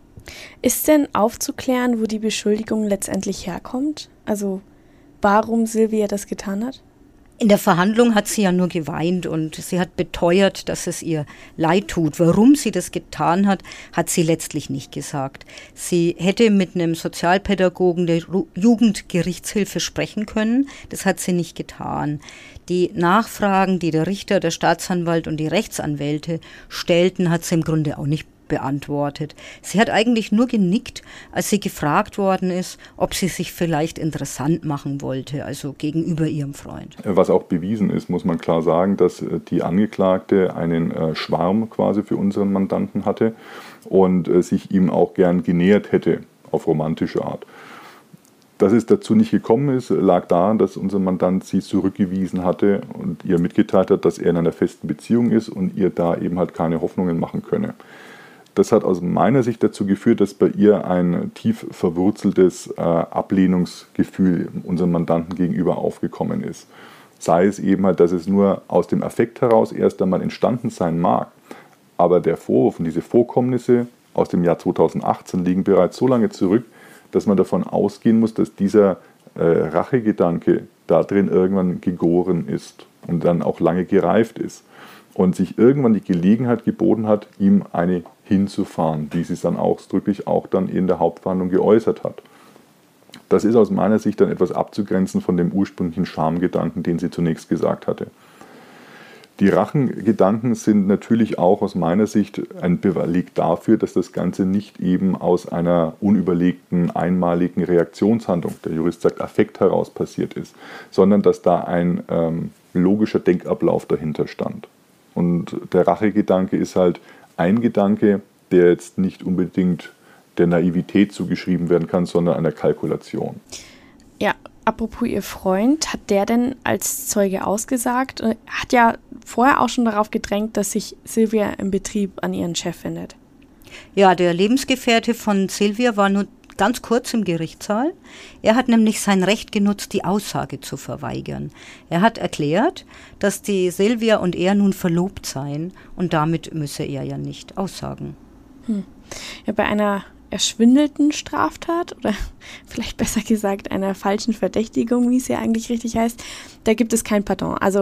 Ist denn aufzuklären, wo die Beschuldigung letztendlich herkommt? Also warum Silvia das getan hat? In der Verhandlung hat sie ja nur geweint und sie hat beteuert, dass es ihr leid tut. Warum sie das getan hat, hat sie letztlich nicht gesagt. Sie hätte mit einem Sozialpädagogen der Jugendgerichtshilfe sprechen können. Das hat sie nicht getan. Die Nachfragen, die der Richter, der Staatsanwalt und die Rechtsanwälte stellten, hat sie im Grunde auch nicht beantwortet. Sie hat eigentlich nur genickt, als sie gefragt worden ist, ob sie sich vielleicht interessant machen wollte, also gegenüber ihrem Freund. Was auch bewiesen ist, muss man klar sagen, dass die Angeklagte einen äh, Schwarm quasi für unseren Mandanten hatte und äh, sich ihm auch gern genähert hätte, auf romantische Art. Dass es dazu nicht gekommen ist, lag daran, dass unser Mandant sie zurückgewiesen hatte und ihr mitgeteilt hat, dass er in einer festen Beziehung ist und ihr da eben halt keine Hoffnungen machen könne. Das hat aus meiner Sicht dazu geführt, dass bei ihr ein tief verwurzeltes äh, Ablehnungsgefühl unserem Mandanten gegenüber aufgekommen ist. Sei es eben halt, dass es nur aus dem Affekt heraus erst einmal entstanden sein mag. Aber der Vorwurf und diese Vorkommnisse aus dem Jahr zweitausendachtzehn liegen bereits so lange zurück, dass man davon ausgehen muss, dass dieser äh, Rachegedanke da drin irgendwann gegoren ist und dann auch lange gereift ist. Und sich irgendwann die Gelegenheit geboten hat, ihm eine hinzufahren, wie sie es dann ausdrücklich auch dann in der Hauptverhandlung geäußert hat. Das ist aus meiner Sicht dann etwas abzugrenzen von dem ursprünglichen Schamgedanken, den sie zunächst gesagt hatte. Die Rachengedanken sind natürlich auch aus meiner Sicht ein Beleg dafür, dass das Ganze nicht eben aus einer unüberlegten, einmaligen Reaktionshandlung, der Jurist sagt Affekt, heraus passiert ist, sondern dass da ein ähm, logischer Denkablauf dahinter stand. Und der Rachegedanke ist halt ein Gedanke, der jetzt nicht unbedingt der Naivität zugeschrieben werden kann, sondern einer Kalkulation. Ja, apropos ihr Freund, hat der denn als Zeuge ausgesagt? Er hat ja vorher auch schon darauf gedrängt, dass sich Silvia im Betrieb an ihren Chef wendet. Ja, der Lebensgefährte von Silvia war nur ganz kurz im Gerichtssaal. Er hat nämlich sein Recht genutzt, die Aussage zu verweigern. Er hat erklärt, dass die Silvia und er nun verlobt seien und damit müsse er ja nicht aussagen. Hm. Ja, bei einer erschwindelten Straftat oder vielleicht besser gesagt einer falschen Verdächtigung, wie es ja eigentlich richtig heißt, da gibt es kein Pardon. Also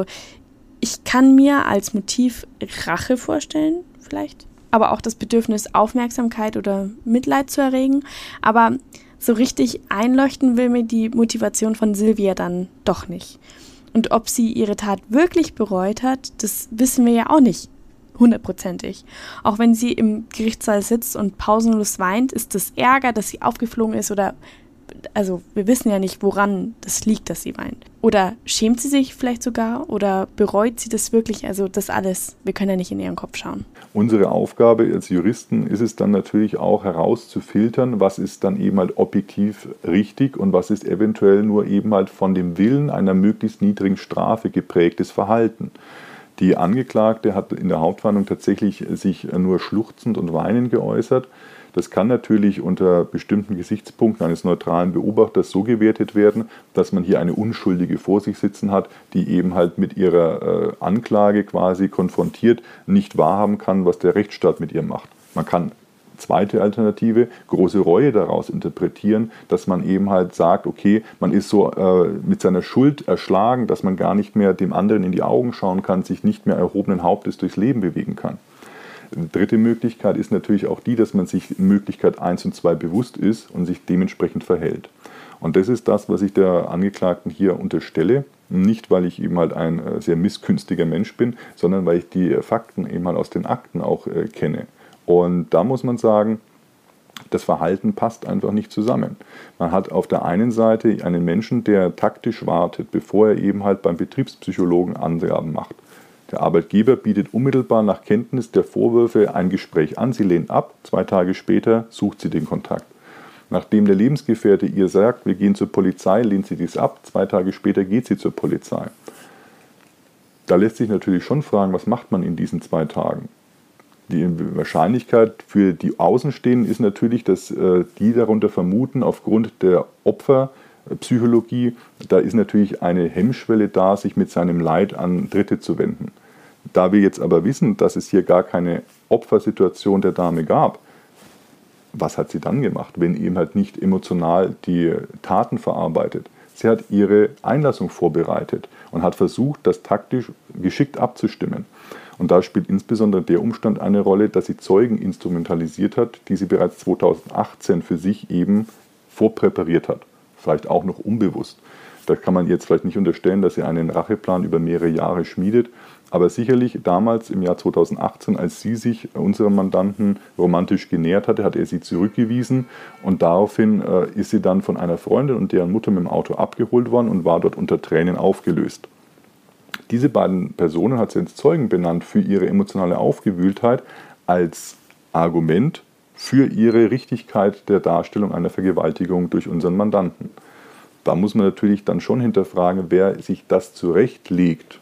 ich kann mir als Motiv Rache vorstellen, vielleicht, aber auch das Bedürfnis, Aufmerksamkeit oder Mitleid zu erregen. Aber so richtig einleuchten will mir die Motivation von Silvia dann doch nicht. Und ob sie ihre Tat wirklich bereut hat, das wissen wir ja auch nicht hundertprozentig. Auch wenn sie im Gerichtssaal sitzt und pausenlos weint, ist das Ärger, dass sie aufgeflogen ist oder, also wir wissen ja nicht, woran das liegt, dass sie weint. Oder schämt sie sich vielleicht sogar oder bereut sie das wirklich? Also das alles, wir können ja nicht in ihren Kopf schauen. Unsere Aufgabe als Juristen ist es dann natürlich auch herauszufiltern, was ist dann eben halt objektiv richtig und was ist eventuell nur eben halt von dem Willen einer möglichst niedrigen Strafe geprägtes Verhalten. Die Angeklagte hat in der Hauptverhandlung tatsächlich sich nur schluchzend und weinend geäußert. Das kann natürlich unter bestimmten Gesichtspunkten eines neutralen Beobachters so gewertet werden, dass man hier eine Unschuldige vor sich sitzen hat, die eben halt mit ihrer äh, Anklage quasi konfrontiert nicht wahrhaben kann, was der Rechtsstaat mit ihr macht. Man kann Zweite Alternative, große Reue daraus interpretieren, dass man eben halt sagt, okay, man ist so äh, mit seiner Schuld erschlagen, dass man gar nicht mehr dem anderen in die Augen schauen kann, sich nicht mehr erhobenen Hauptes durchs Leben bewegen kann. Die dritte Möglichkeit ist natürlich auch die, dass man sich Möglichkeit eins und zwei bewusst ist und sich dementsprechend verhält. Und das ist das, was ich der Angeklagten hier unterstelle. Nicht, weil ich eben halt ein sehr missgünstiger Mensch bin, sondern weil ich die Fakten eben halt aus den Akten auch äh, kenne. Und da muss man sagen, das Verhalten passt einfach nicht zusammen. Man hat auf der einen Seite einen Menschen, der taktisch wartet, bevor er eben halt beim Betriebspsychologen Angaben macht. Der Arbeitgeber bietet unmittelbar nach Kenntnis der Vorwürfe ein Gespräch an, sie lehnt ab, zwei Tage später sucht sie den Kontakt. Nachdem der Lebensgefährte ihr sagt, wir gehen zur Polizei, lehnt sie dies ab, zwei Tage später geht sie zur Polizei. Da lässt sich natürlich schon fragen, was macht man in diesen zwei Tagen? Die Wahrscheinlichkeit für die Außenstehenden ist natürlich, dass äh, die darunter vermuten, aufgrund der Opferpsychologie, da ist natürlich eine Hemmschwelle da, sich mit seinem Leid an Dritte zu wenden. Da wir jetzt aber wissen, dass es hier gar keine Opfersituation der Dame gab, was hat sie dann gemacht, wenn eben halt nicht emotional die Taten verarbeitet? Sie hat ihre Einlassung vorbereitet und hat versucht, das taktisch geschickt abzustimmen. Und da spielt insbesondere der Umstand eine Rolle, dass sie Zeugen instrumentalisiert hat, die sie bereits zweitausendachtzehn für sich eben vorpräpariert hat. Vielleicht auch noch unbewusst. Da kann man jetzt vielleicht nicht unterstellen, dass sie einen Racheplan über mehrere Jahre schmiedet. Aber sicherlich damals im Jahr zweitausendachtzehn, als sie sich unserem Mandanten romantisch genähert hatte, hat er sie zurückgewiesen. Und daraufhin äh, ist sie dann von einer Freundin und deren Mutter mit dem Auto abgeholt worden und war dort unter Tränen aufgelöst. Diese beiden Personen hat sie als Zeugen benannt für ihre emotionale Aufgewühltheit als Argument für ihre Richtigkeit der Darstellung einer Vergewaltigung durch unseren Mandanten. Da muss man natürlich dann schon hinterfragen, wer sich das zurechtlegt.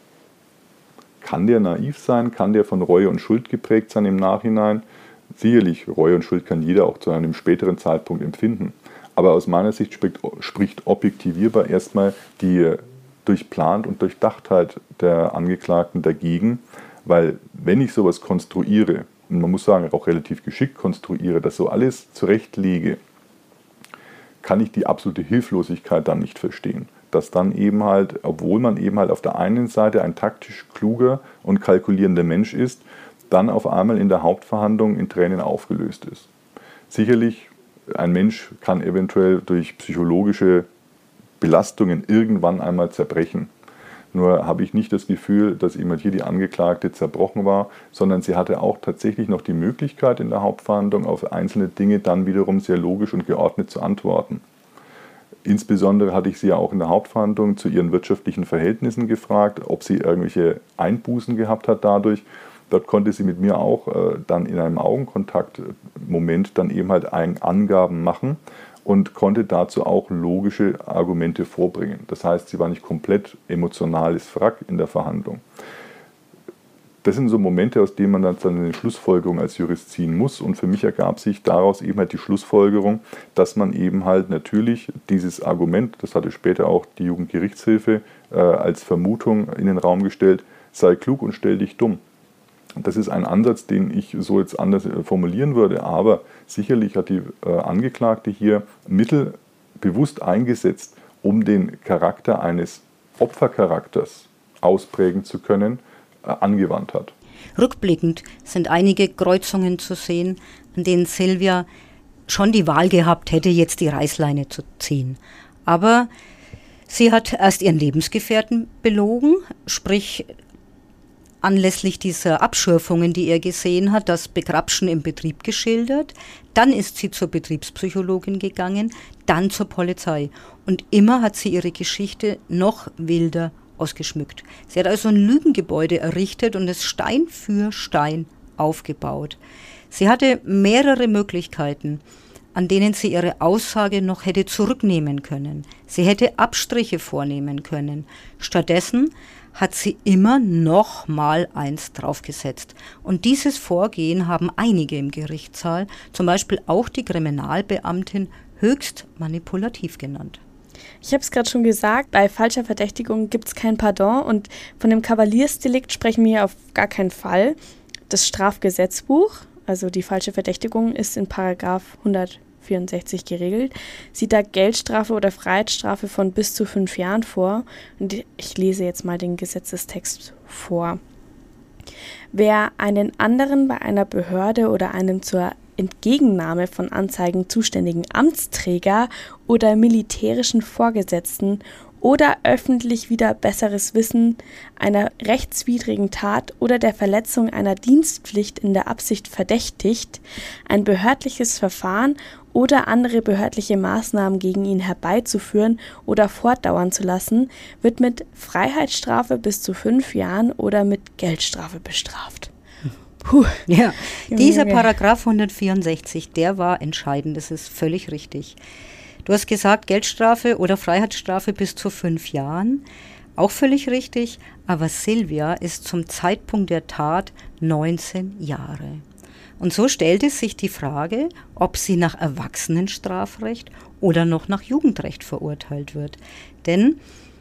Kann der naiv sein? Kann der von Reue und Schuld geprägt sein im Nachhinein? Sicherlich, Reue und Schuld kann jeder auch zu einem späteren Zeitpunkt empfinden. Aber aus meiner Sicht spricht, spricht objektivierbar erstmal die Durchplant und Durchdachtheit der Angeklagten dagegen, weil wenn ich sowas konstruiere, und man muss sagen, auch relativ geschickt konstruiere, das so alles zurechtlege, kann ich die absolute Hilflosigkeit dann nicht verstehen. Dass dann eben halt, obwohl man eben halt auf der einen Seite ein taktisch kluger und kalkulierender Mensch ist, dann auf einmal in der Hauptverhandlung in Tränen aufgelöst ist. Sicherlich, ein Mensch kann eventuell durch psychologische Belastungen irgendwann einmal zerbrechen. Nur habe ich nicht das Gefühl, dass eben hier die Angeklagte zerbrochen war, sondern sie hatte auch tatsächlich noch die Möglichkeit in der Hauptverhandlung auf einzelne Dinge dann wiederum sehr logisch und geordnet zu antworten. Insbesondere hatte ich sie ja auch in der Hauptverhandlung zu ihren wirtschaftlichen Verhältnissen gefragt, ob sie irgendwelche Einbußen gehabt hat dadurch. Dort konnte sie mit mir auch äh, dann in einem Augenkontaktmoment dann eben halt ein Angaben machen und konnte dazu auch logische Argumente vorbringen. Das heißt, sie war nicht komplett emotionales Wrack in der Verhandlung. Das sind so Momente, aus denen man dann eine Schlussfolgerung als Jurist ziehen muss. Und für mich ergab sich daraus eben halt die Schlussfolgerung, dass man eben halt natürlich dieses Argument, das hatte später auch die Jugendgerichtshilfe äh, als Vermutung in den Raum gestellt, sei klug und stell dich dumm. Das ist ein Ansatz, den ich so jetzt anders formulieren würde, aber sicherlich hat die äh, Angeklagte hier Mittel bewusst eingesetzt, um den Charakter eines Opfercharakters ausprägen zu können, äh, angewandt hat. Rückblickend sind einige Kreuzungen zu sehen, an denen Silvia schon die Wahl gehabt hätte, jetzt die Reißleine zu ziehen. Aber sie hat erst ihren Lebensgefährten belogen, sprich anlässlich dieser Abschürfungen, die er gesehen hat, das Begrapschen im Betrieb geschildert. Dann ist sie zur Betriebspsychologin gegangen, dann zur Polizei. Und immer hat sie ihre Geschichte noch wilder ausgeschmückt. Sie hat also ein Lügengebäude errichtet und es Stein für Stein aufgebaut. Sie hatte mehrere Möglichkeiten, an denen sie ihre Aussage noch hätte zurücknehmen können. Sie hätte Abstriche vornehmen können. Stattdessen hat sie immer noch mal eins draufgesetzt. Und dieses Vorgehen haben einige im Gerichtssaal, zum Beispiel auch die Kriminalbeamtin, höchst manipulativ genannt. Ich habe es gerade schon gesagt, bei falscher Verdächtigung gibt es kein Pardon und von dem Kavaliersdelikt sprechen wir auf gar keinen Fall. Das Strafgesetzbuch also die falsche Verdächtigung, ist in Paragraph hundertvierundsechzig geregelt, sieht da Geldstrafe oder Freiheitsstrafe von bis zu fünf Jahren vor. Und ich lese jetzt mal den Gesetzestext vor. Wer einen anderen bei einer Behörde oder einem zur Entgegennahme von Anzeigen zuständigen Amtsträger oder militärischen Vorgesetzten oder öffentlich wider besseres Wissen einer rechtswidrigen Tat oder der Verletzung einer Dienstpflicht in der Absicht verdächtigt, ein behördliches Verfahren oder andere behördliche Maßnahmen gegen ihn herbeizuführen oder fortdauern zu lassen, wird mit Freiheitsstrafe bis zu fünf Jahren oder mit Geldstrafe bestraft. Puh. Ja, dieser Paragraph hundertvierundsechzig, der war entscheidend, das ist völlig richtig. Du hast gesagt, Geldstrafe oder Freiheitsstrafe bis zu fünf Jahren, auch völlig richtig, aber Silvia ist zum Zeitpunkt der Tat neunzehn Jahre. Und so stellte sich die Frage, ob sie nach Erwachsenenstrafrecht oder noch nach Jugendrecht verurteilt wird. Denn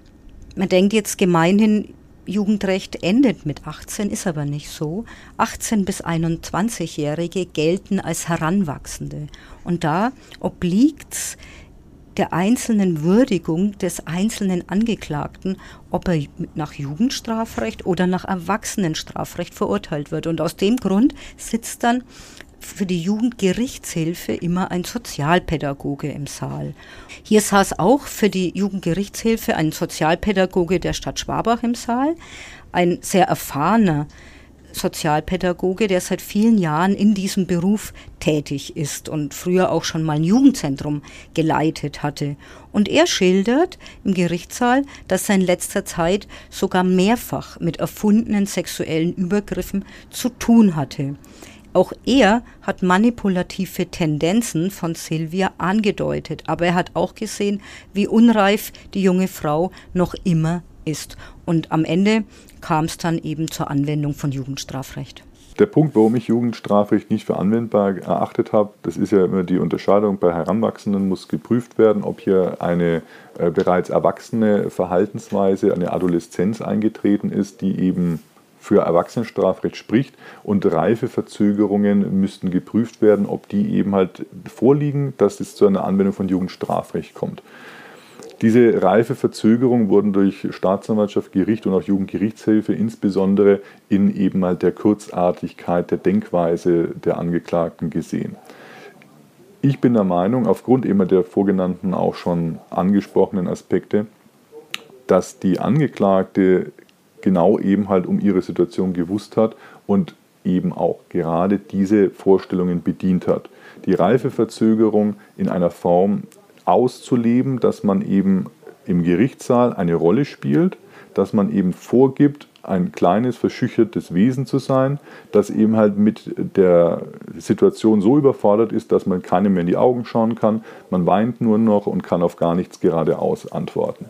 man denkt jetzt gemeinhin, Jugendrecht endet mit achtzehn, ist aber nicht so. achtzehn- bis einundzwanzigjährige gelten als Heranwachsende. Und da obliegt es der einzelnen Würdigung des einzelnen Angeklagten, ob er nach Jugendstrafrecht oder nach Erwachsenenstrafrecht verurteilt wird. Und aus dem Grund sitzt dann für die Jugendgerichtshilfe immer ein Sozialpädagoge im Saal. Hier saß auch für die Jugendgerichtshilfe ein Sozialpädagoge der Stadt Schwabach im Saal, ein sehr erfahrener Sozialpädagoge, der seit vielen Jahren in diesem Beruf tätig ist und früher auch schon mal ein Jugendzentrum geleitet hatte. Und er schildert im Gerichtssaal, dass er in letzter Zeit sogar mehrfach mit erfundenen sexuellen Übergriffen zu tun hatte. Auch er hat manipulative Tendenzen von Silvia angedeutet, aber er hat auch gesehen, wie unreif die junge Frau noch immer ist. Und am Ende kam es dann eben zur Anwendung von Jugendstrafrecht. Der Punkt, warum ich Jugendstrafrecht nicht für anwendbar erachtet habe, das ist ja immer die Unterscheidung, bei Heranwachsenden muss geprüft werden, ob hier eine äh, bereits erwachsene Verhaltensweise, eine Adoleszenz eingetreten ist, die eben für Erwachsenenstrafrecht spricht, und Reifeverzögerungen müssten geprüft werden, ob die eben halt vorliegen, dass es zu einer Anwendung von Jugendstrafrecht kommt. Diese Reifeverzögerungen wurden durch Staatsanwaltschaft, Gericht und auch Jugendgerichtshilfe insbesondere in eben halt der Kurzartigkeit der Denkweise der Angeklagten gesehen. Ich bin der Meinung, aufgrund eben der vorgenannten auch schon angesprochenen Aspekte, dass die Angeklagte genau eben halt um ihre Situation gewusst hat und eben auch gerade diese Vorstellungen bedient hat. Die Reifeverzögerung in einer Form auszuleben, dass man eben im Gerichtssaal eine Rolle spielt, dass man eben vorgibt, ein kleines, verschüchtertes Wesen zu sein, das eben halt mit der Situation so überfordert ist, dass man keinem mehr in die Augen schauen kann, man weint nur noch und kann auf gar nichts geradeaus antworten.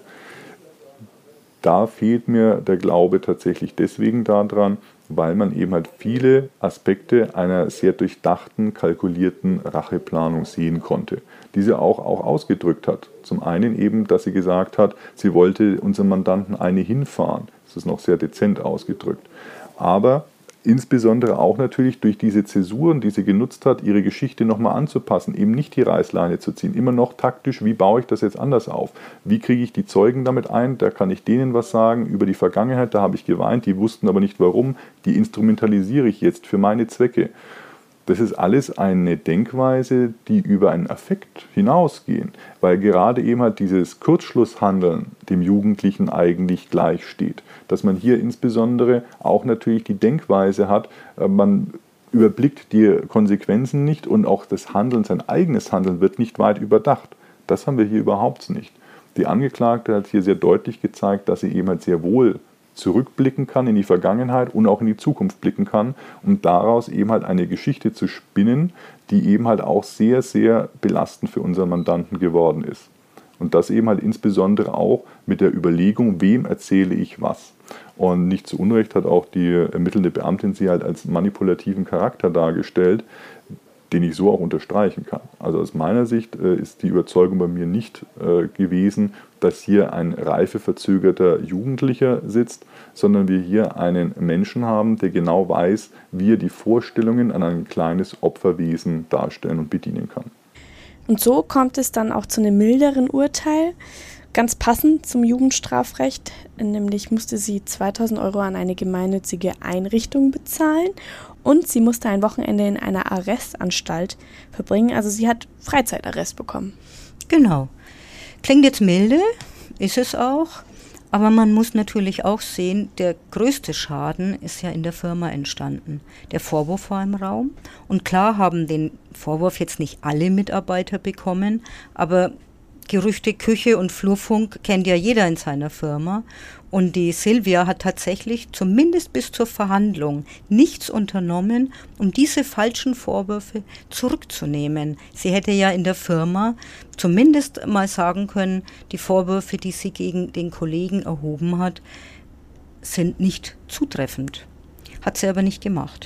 Da fehlt mir der Glaube tatsächlich deswegen daran, weil man eben halt viele Aspekte einer sehr durchdachten, kalkulierten Racheplanung sehen konnte, die sie auch, auch ausgedrückt hat. Zum einen eben, dass sie gesagt hat, sie wollte unserem Mandanten eine hinfahren. Das ist noch sehr dezent ausgedrückt. Aber insbesondere auch natürlich durch diese Zäsuren, die sie genutzt hat, ihre Geschichte nochmal anzupassen, eben nicht die Reißleine zu ziehen, immer noch taktisch, wie baue ich das jetzt anders auf? Wie kriege ich die Zeugen damit ein? Da kann ich denen was sagen über die Vergangenheit, da habe ich geweint, die wussten aber nicht warum, die instrumentalisiere ich jetzt für meine Zwecke. Das ist alles eine Denkweise, die über einen Affekt hinausgehen, weil gerade eben halt dieses Kurzschlusshandeln dem Jugendlichen eigentlich gleichsteht. Dass man hier insbesondere auch natürlich die Denkweise hat, man überblickt die Konsequenzen nicht und auch das Handeln, sein eigenes Handeln wird nicht weit überdacht. Das haben wir hier überhaupt nicht. Die Angeklagte hat hier sehr deutlich gezeigt, dass sie eben halt sehr wohl zurückblicken kann in die Vergangenheit und auch in die Zukunft blicken kann, um daraus eben halt eine Geschichte zu spinnen, die eben halt auch sehr, sehr belastend für unseren Mandanten geworden ist. Und das eben halt insbesondere auch mit der Überlegung, wem erzähle ich was. Und nicht zu Unrecht hat auch die ermittelnde Beamtin sie halt als manipulativen Charakter dargestellt, den ich so auch unterstreichen kann. Also aus meiner Sicht äh, ist die Überzeugung bei mir nicht äh, gewesen, dass hier ein reifeverzögerter Jugendlicher sitzt, sondern wir hier einen Menschen haben, der genau weiß, wie er die Vorstellungen an ein kleines Opferwesen darstellen und bedienen kann. Und so kommt es dann auch zu einem milderen Urteil, ganz passend zum Jugendstrafrecht, nämlich musste sie zweitausend Euro an eine gemeinnützige Einrichtung bezahlen und sie musste ein Wochenende in einer Arrestanstalt verbringen, also sie hat Freizeitarrest bekommen. Genau. Klingt jetzt milde, ist es auch, aber man muss natürlich auch sehen, der größte Schaden ist ja in der Firma entstanden. Der Vorwurf war im Raum und klar haben den Vorwurf jetzt nicht alle Mitarbeiter bekommen, aber Gerüchte, Küche und Flurfunk kennt ja jeder in seiner Firma. Und die Silvia hat tatsächlich zumindest bis zur Verhandlung nichts unternommen, um diese falschen Vorwürfe zurückzunehmen. Sie hätte ja in der Firma zumindest mal sagen können, die Vorwürfe, die sie gegen den Kollegen erhoben hat, sind nicht zutreffend. Hat sie aber nicht gemacht.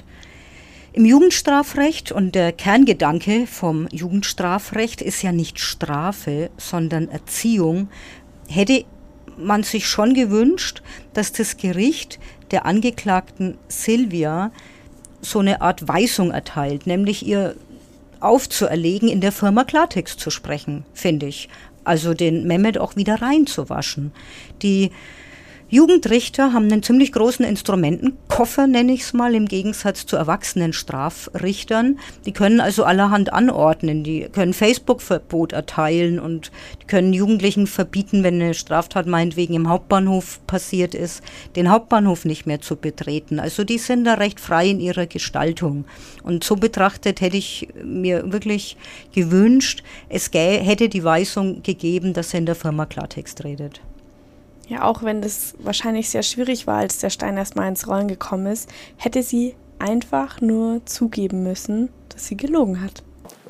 Im Jugendstrafrecht und der Kerngedanke vom Jugendstrafrecht ist ja nicht Strafe, sondern Erziehung, hätte man sich schon gewünscht, dass das Gericht der Angeklagten Silvia so eine Art Weisung erteilt, nämlich ihr aufzuerlegen, in der Firma Klartext zu sprechen, finde ich. Also den Mehmet auch wieder reinzuwaschen. Die Jugendrichter haben einen ziemlich großen Instrumentenkoffer, nenne ich es mal, im Gegensatz zu erwachsenen Strafrichtern. Die können also allerhand anordnen, die können Facebook-Verbot erteilen und die können Jugendlichen verbieten, wenn eine Straftat meinetwegen im Hauptbahnhof passiert ist, den Hauptbahnhof nicht mehr zu betreten. Also die sind da recht frei in ihrer Gestaltung. Und so betrachtet hätte ich mir wirklich gewünscht, es gä- hätte die Weisung gegeben, dass er in der Firma Klartext redet. Ja, auch wenn das wahrscheinlich sehr schwierig war, als der Stein erstmal ins Rollen gekommen ist, hätte sie einfach nur zugeben müssen, dass sie gelogen hat.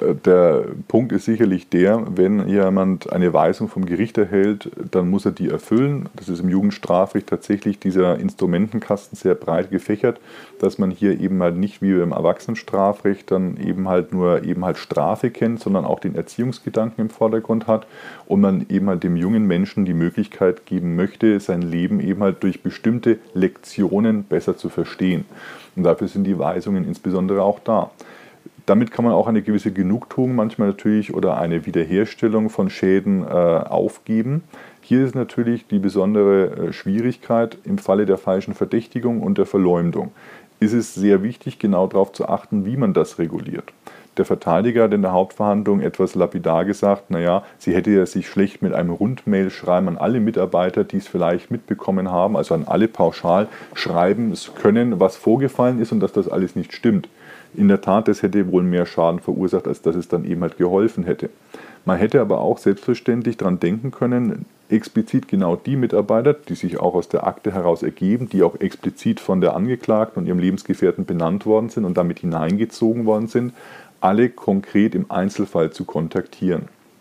Der Punkt ist sicherlich der, wenn jemand eine Weisung vom Gericht erhält, dann muss er die erfüllen. Das ist im Jugendstrafrecht tatsächlich dieser Instrumentenkasten sehr breit gefächert, dass man hier eben halt nicht wie im Erwachsenenstrafrecht dann eben halt nur eben halt Strafe kennt, sondern auch den Erziehungsgedanken im Vordergrund hat und man eben halt dem jungen Menschen die Möglichkeit geben möchte, sein Leben eben halt durch bestimmte Lektionen besser zu verstehen. Und dafür sind die Weisungen insbesondere auch da. Damit kann man auch eine gewisse Genugtuung manchmal natürlich oder eine Wiederherstellung von Schäden äh, aufgeben. Hier ist natürlich die besondere äh, Schwierigkeit im Falle der falschen Verdächtigung und der Verleumdung. Ist es sehr wichtig, genau darauf zu achten, wie man das reguliert. Der Verteidiger hat in der Hauptverhandlung etwas lapidar gesagt, naja, sie hätte ja sich schlecht mit einem Rundmail schreiben an alle Mitarbeiter, die es vielleicht mitbekommen haben, also an alle pauschal schreiben können, was vorgefallen ist und dass das alles nicht stimmt. In der Tat, das hätte wohl mehr Schaden verursacht, als dass es dann eben halt geholfen hätte. Man hätte aber auch selbstverständlich daran denken können, explizit genau die Mitarbeiter, die sich auch aus der Akte heraus ergeben, die auch explizit von der Angeklagten und ihrem Lebensgefährten benannt worden sind und damit hineingezogen worden sind, alle konkret im Einzelfall zu kontaktieren.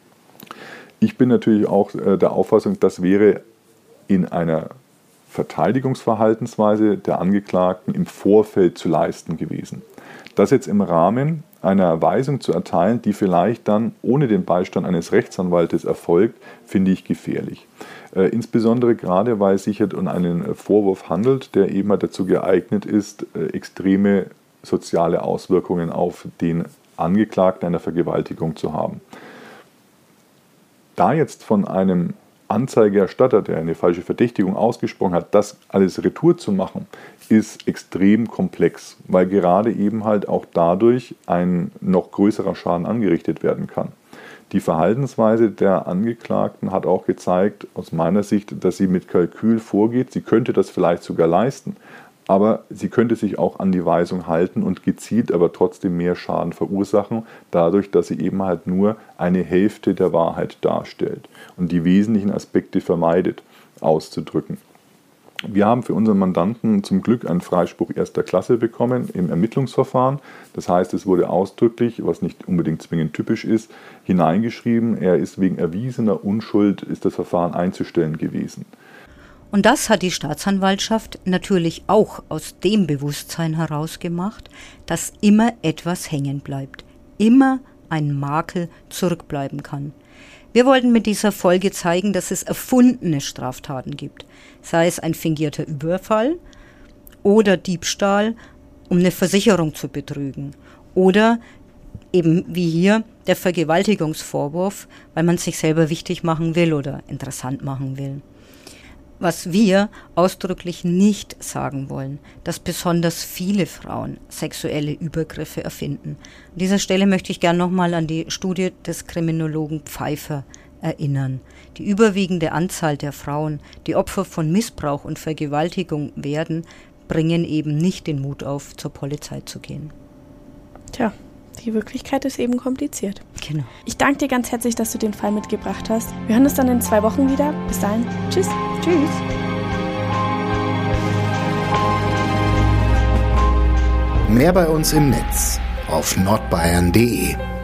Ich bin natürlich auch der Auffassung, das wäre in einer Verteidigungsverhaltensweise der Angeklagten im Vorfeld zu leisten gewesen. Das jetzt im Rahmen einer Weisung zu erteilen, die vielleicht dann ohne den Beistand eines Rechtsanwaltes erfolgt, finde ich gefährlich. Äh, insbesondere gerade, weil es sich um einen Vorwurf handelt, der eben dazu geeignet ist, äh, extreme soziale Auswirkungen auf den Angeklagten einer Vergewaltigung zu haben. Da jetzt von einem Anzeigerstatter, der eine falsche Verdächtigung ausgesprochen hat, das alles retour zu machen, ist extrem komplex, weil gerade eben halt auch dadurch ein noch größerer Schaden angerichtet werden kann. Die Verhaltensweise der Angeklagten hat auch gezeigt, aus meiner Sicht, dass sie mit Kalkül vorgeht. Sie könnte das vielleicht sogar leisten, aber sie könnte sich auch an die Weisung halten und gezielt aber trotzdem mehr Schaden verursachen, dadurch, dass sie eben halt nur eine Hälfte der Wahrheit darstellt und die wesentlichen Aspekte vermeidet, auszudrücken. Wir haben für unseren Mandanten zum Glück einen Freispruch erster Klasse bekommen im Ermittlungsverfahren. Das heißt, es wurde ausdrücklich, was nicht unbedingt zwingend typisch ist, hineingeschrieben, er ist wegen erwiesener Unschuld, ist das Verfahren einzustellen gewesen. Und das hat die Staatsanwaltschaft natürlich auch aus dem Bewusstsein herausgemacht, dass immer etwas hängen bleibt. immer ein Makel zurückbleiben kann. Wir wollten mit dieser Folge zeigen, dass es erfundene Straftaten gibt, sei es ein fingierter Überfall oder Diebstahl, um eine Versicherung zu betrügen, oder eben wie hier der Vergewaltigungsvorwurf, weil man sich selber wichtig machen will oder interessant machen will. Was wir ausdrücklich nicht sagen wollen, dass besonders viele Frauen sexuelle Übergriffe erfinden. An dieser Stelle möchte ich gerne nochmal an die Studie des Kriminologen Pfeiffer erinnern. Die überwiegende Anzahl der Frauen, die Opfer von Missbrauch und Vergewaltigung werden, bringen eben nicht den Mut auf, zur Polizei zu gehen. Tja, die Wirklichkeit ist eben kompliziert. Genau. Ich danke dir ganz herzlich, dass du den Fall mitgebracht hast. Wir hören uns dann in zwei Wochen wieder. Bis dahin. Tschüss. Tschüss. Mehr bei uns im Netz auf nordbayern punkt de.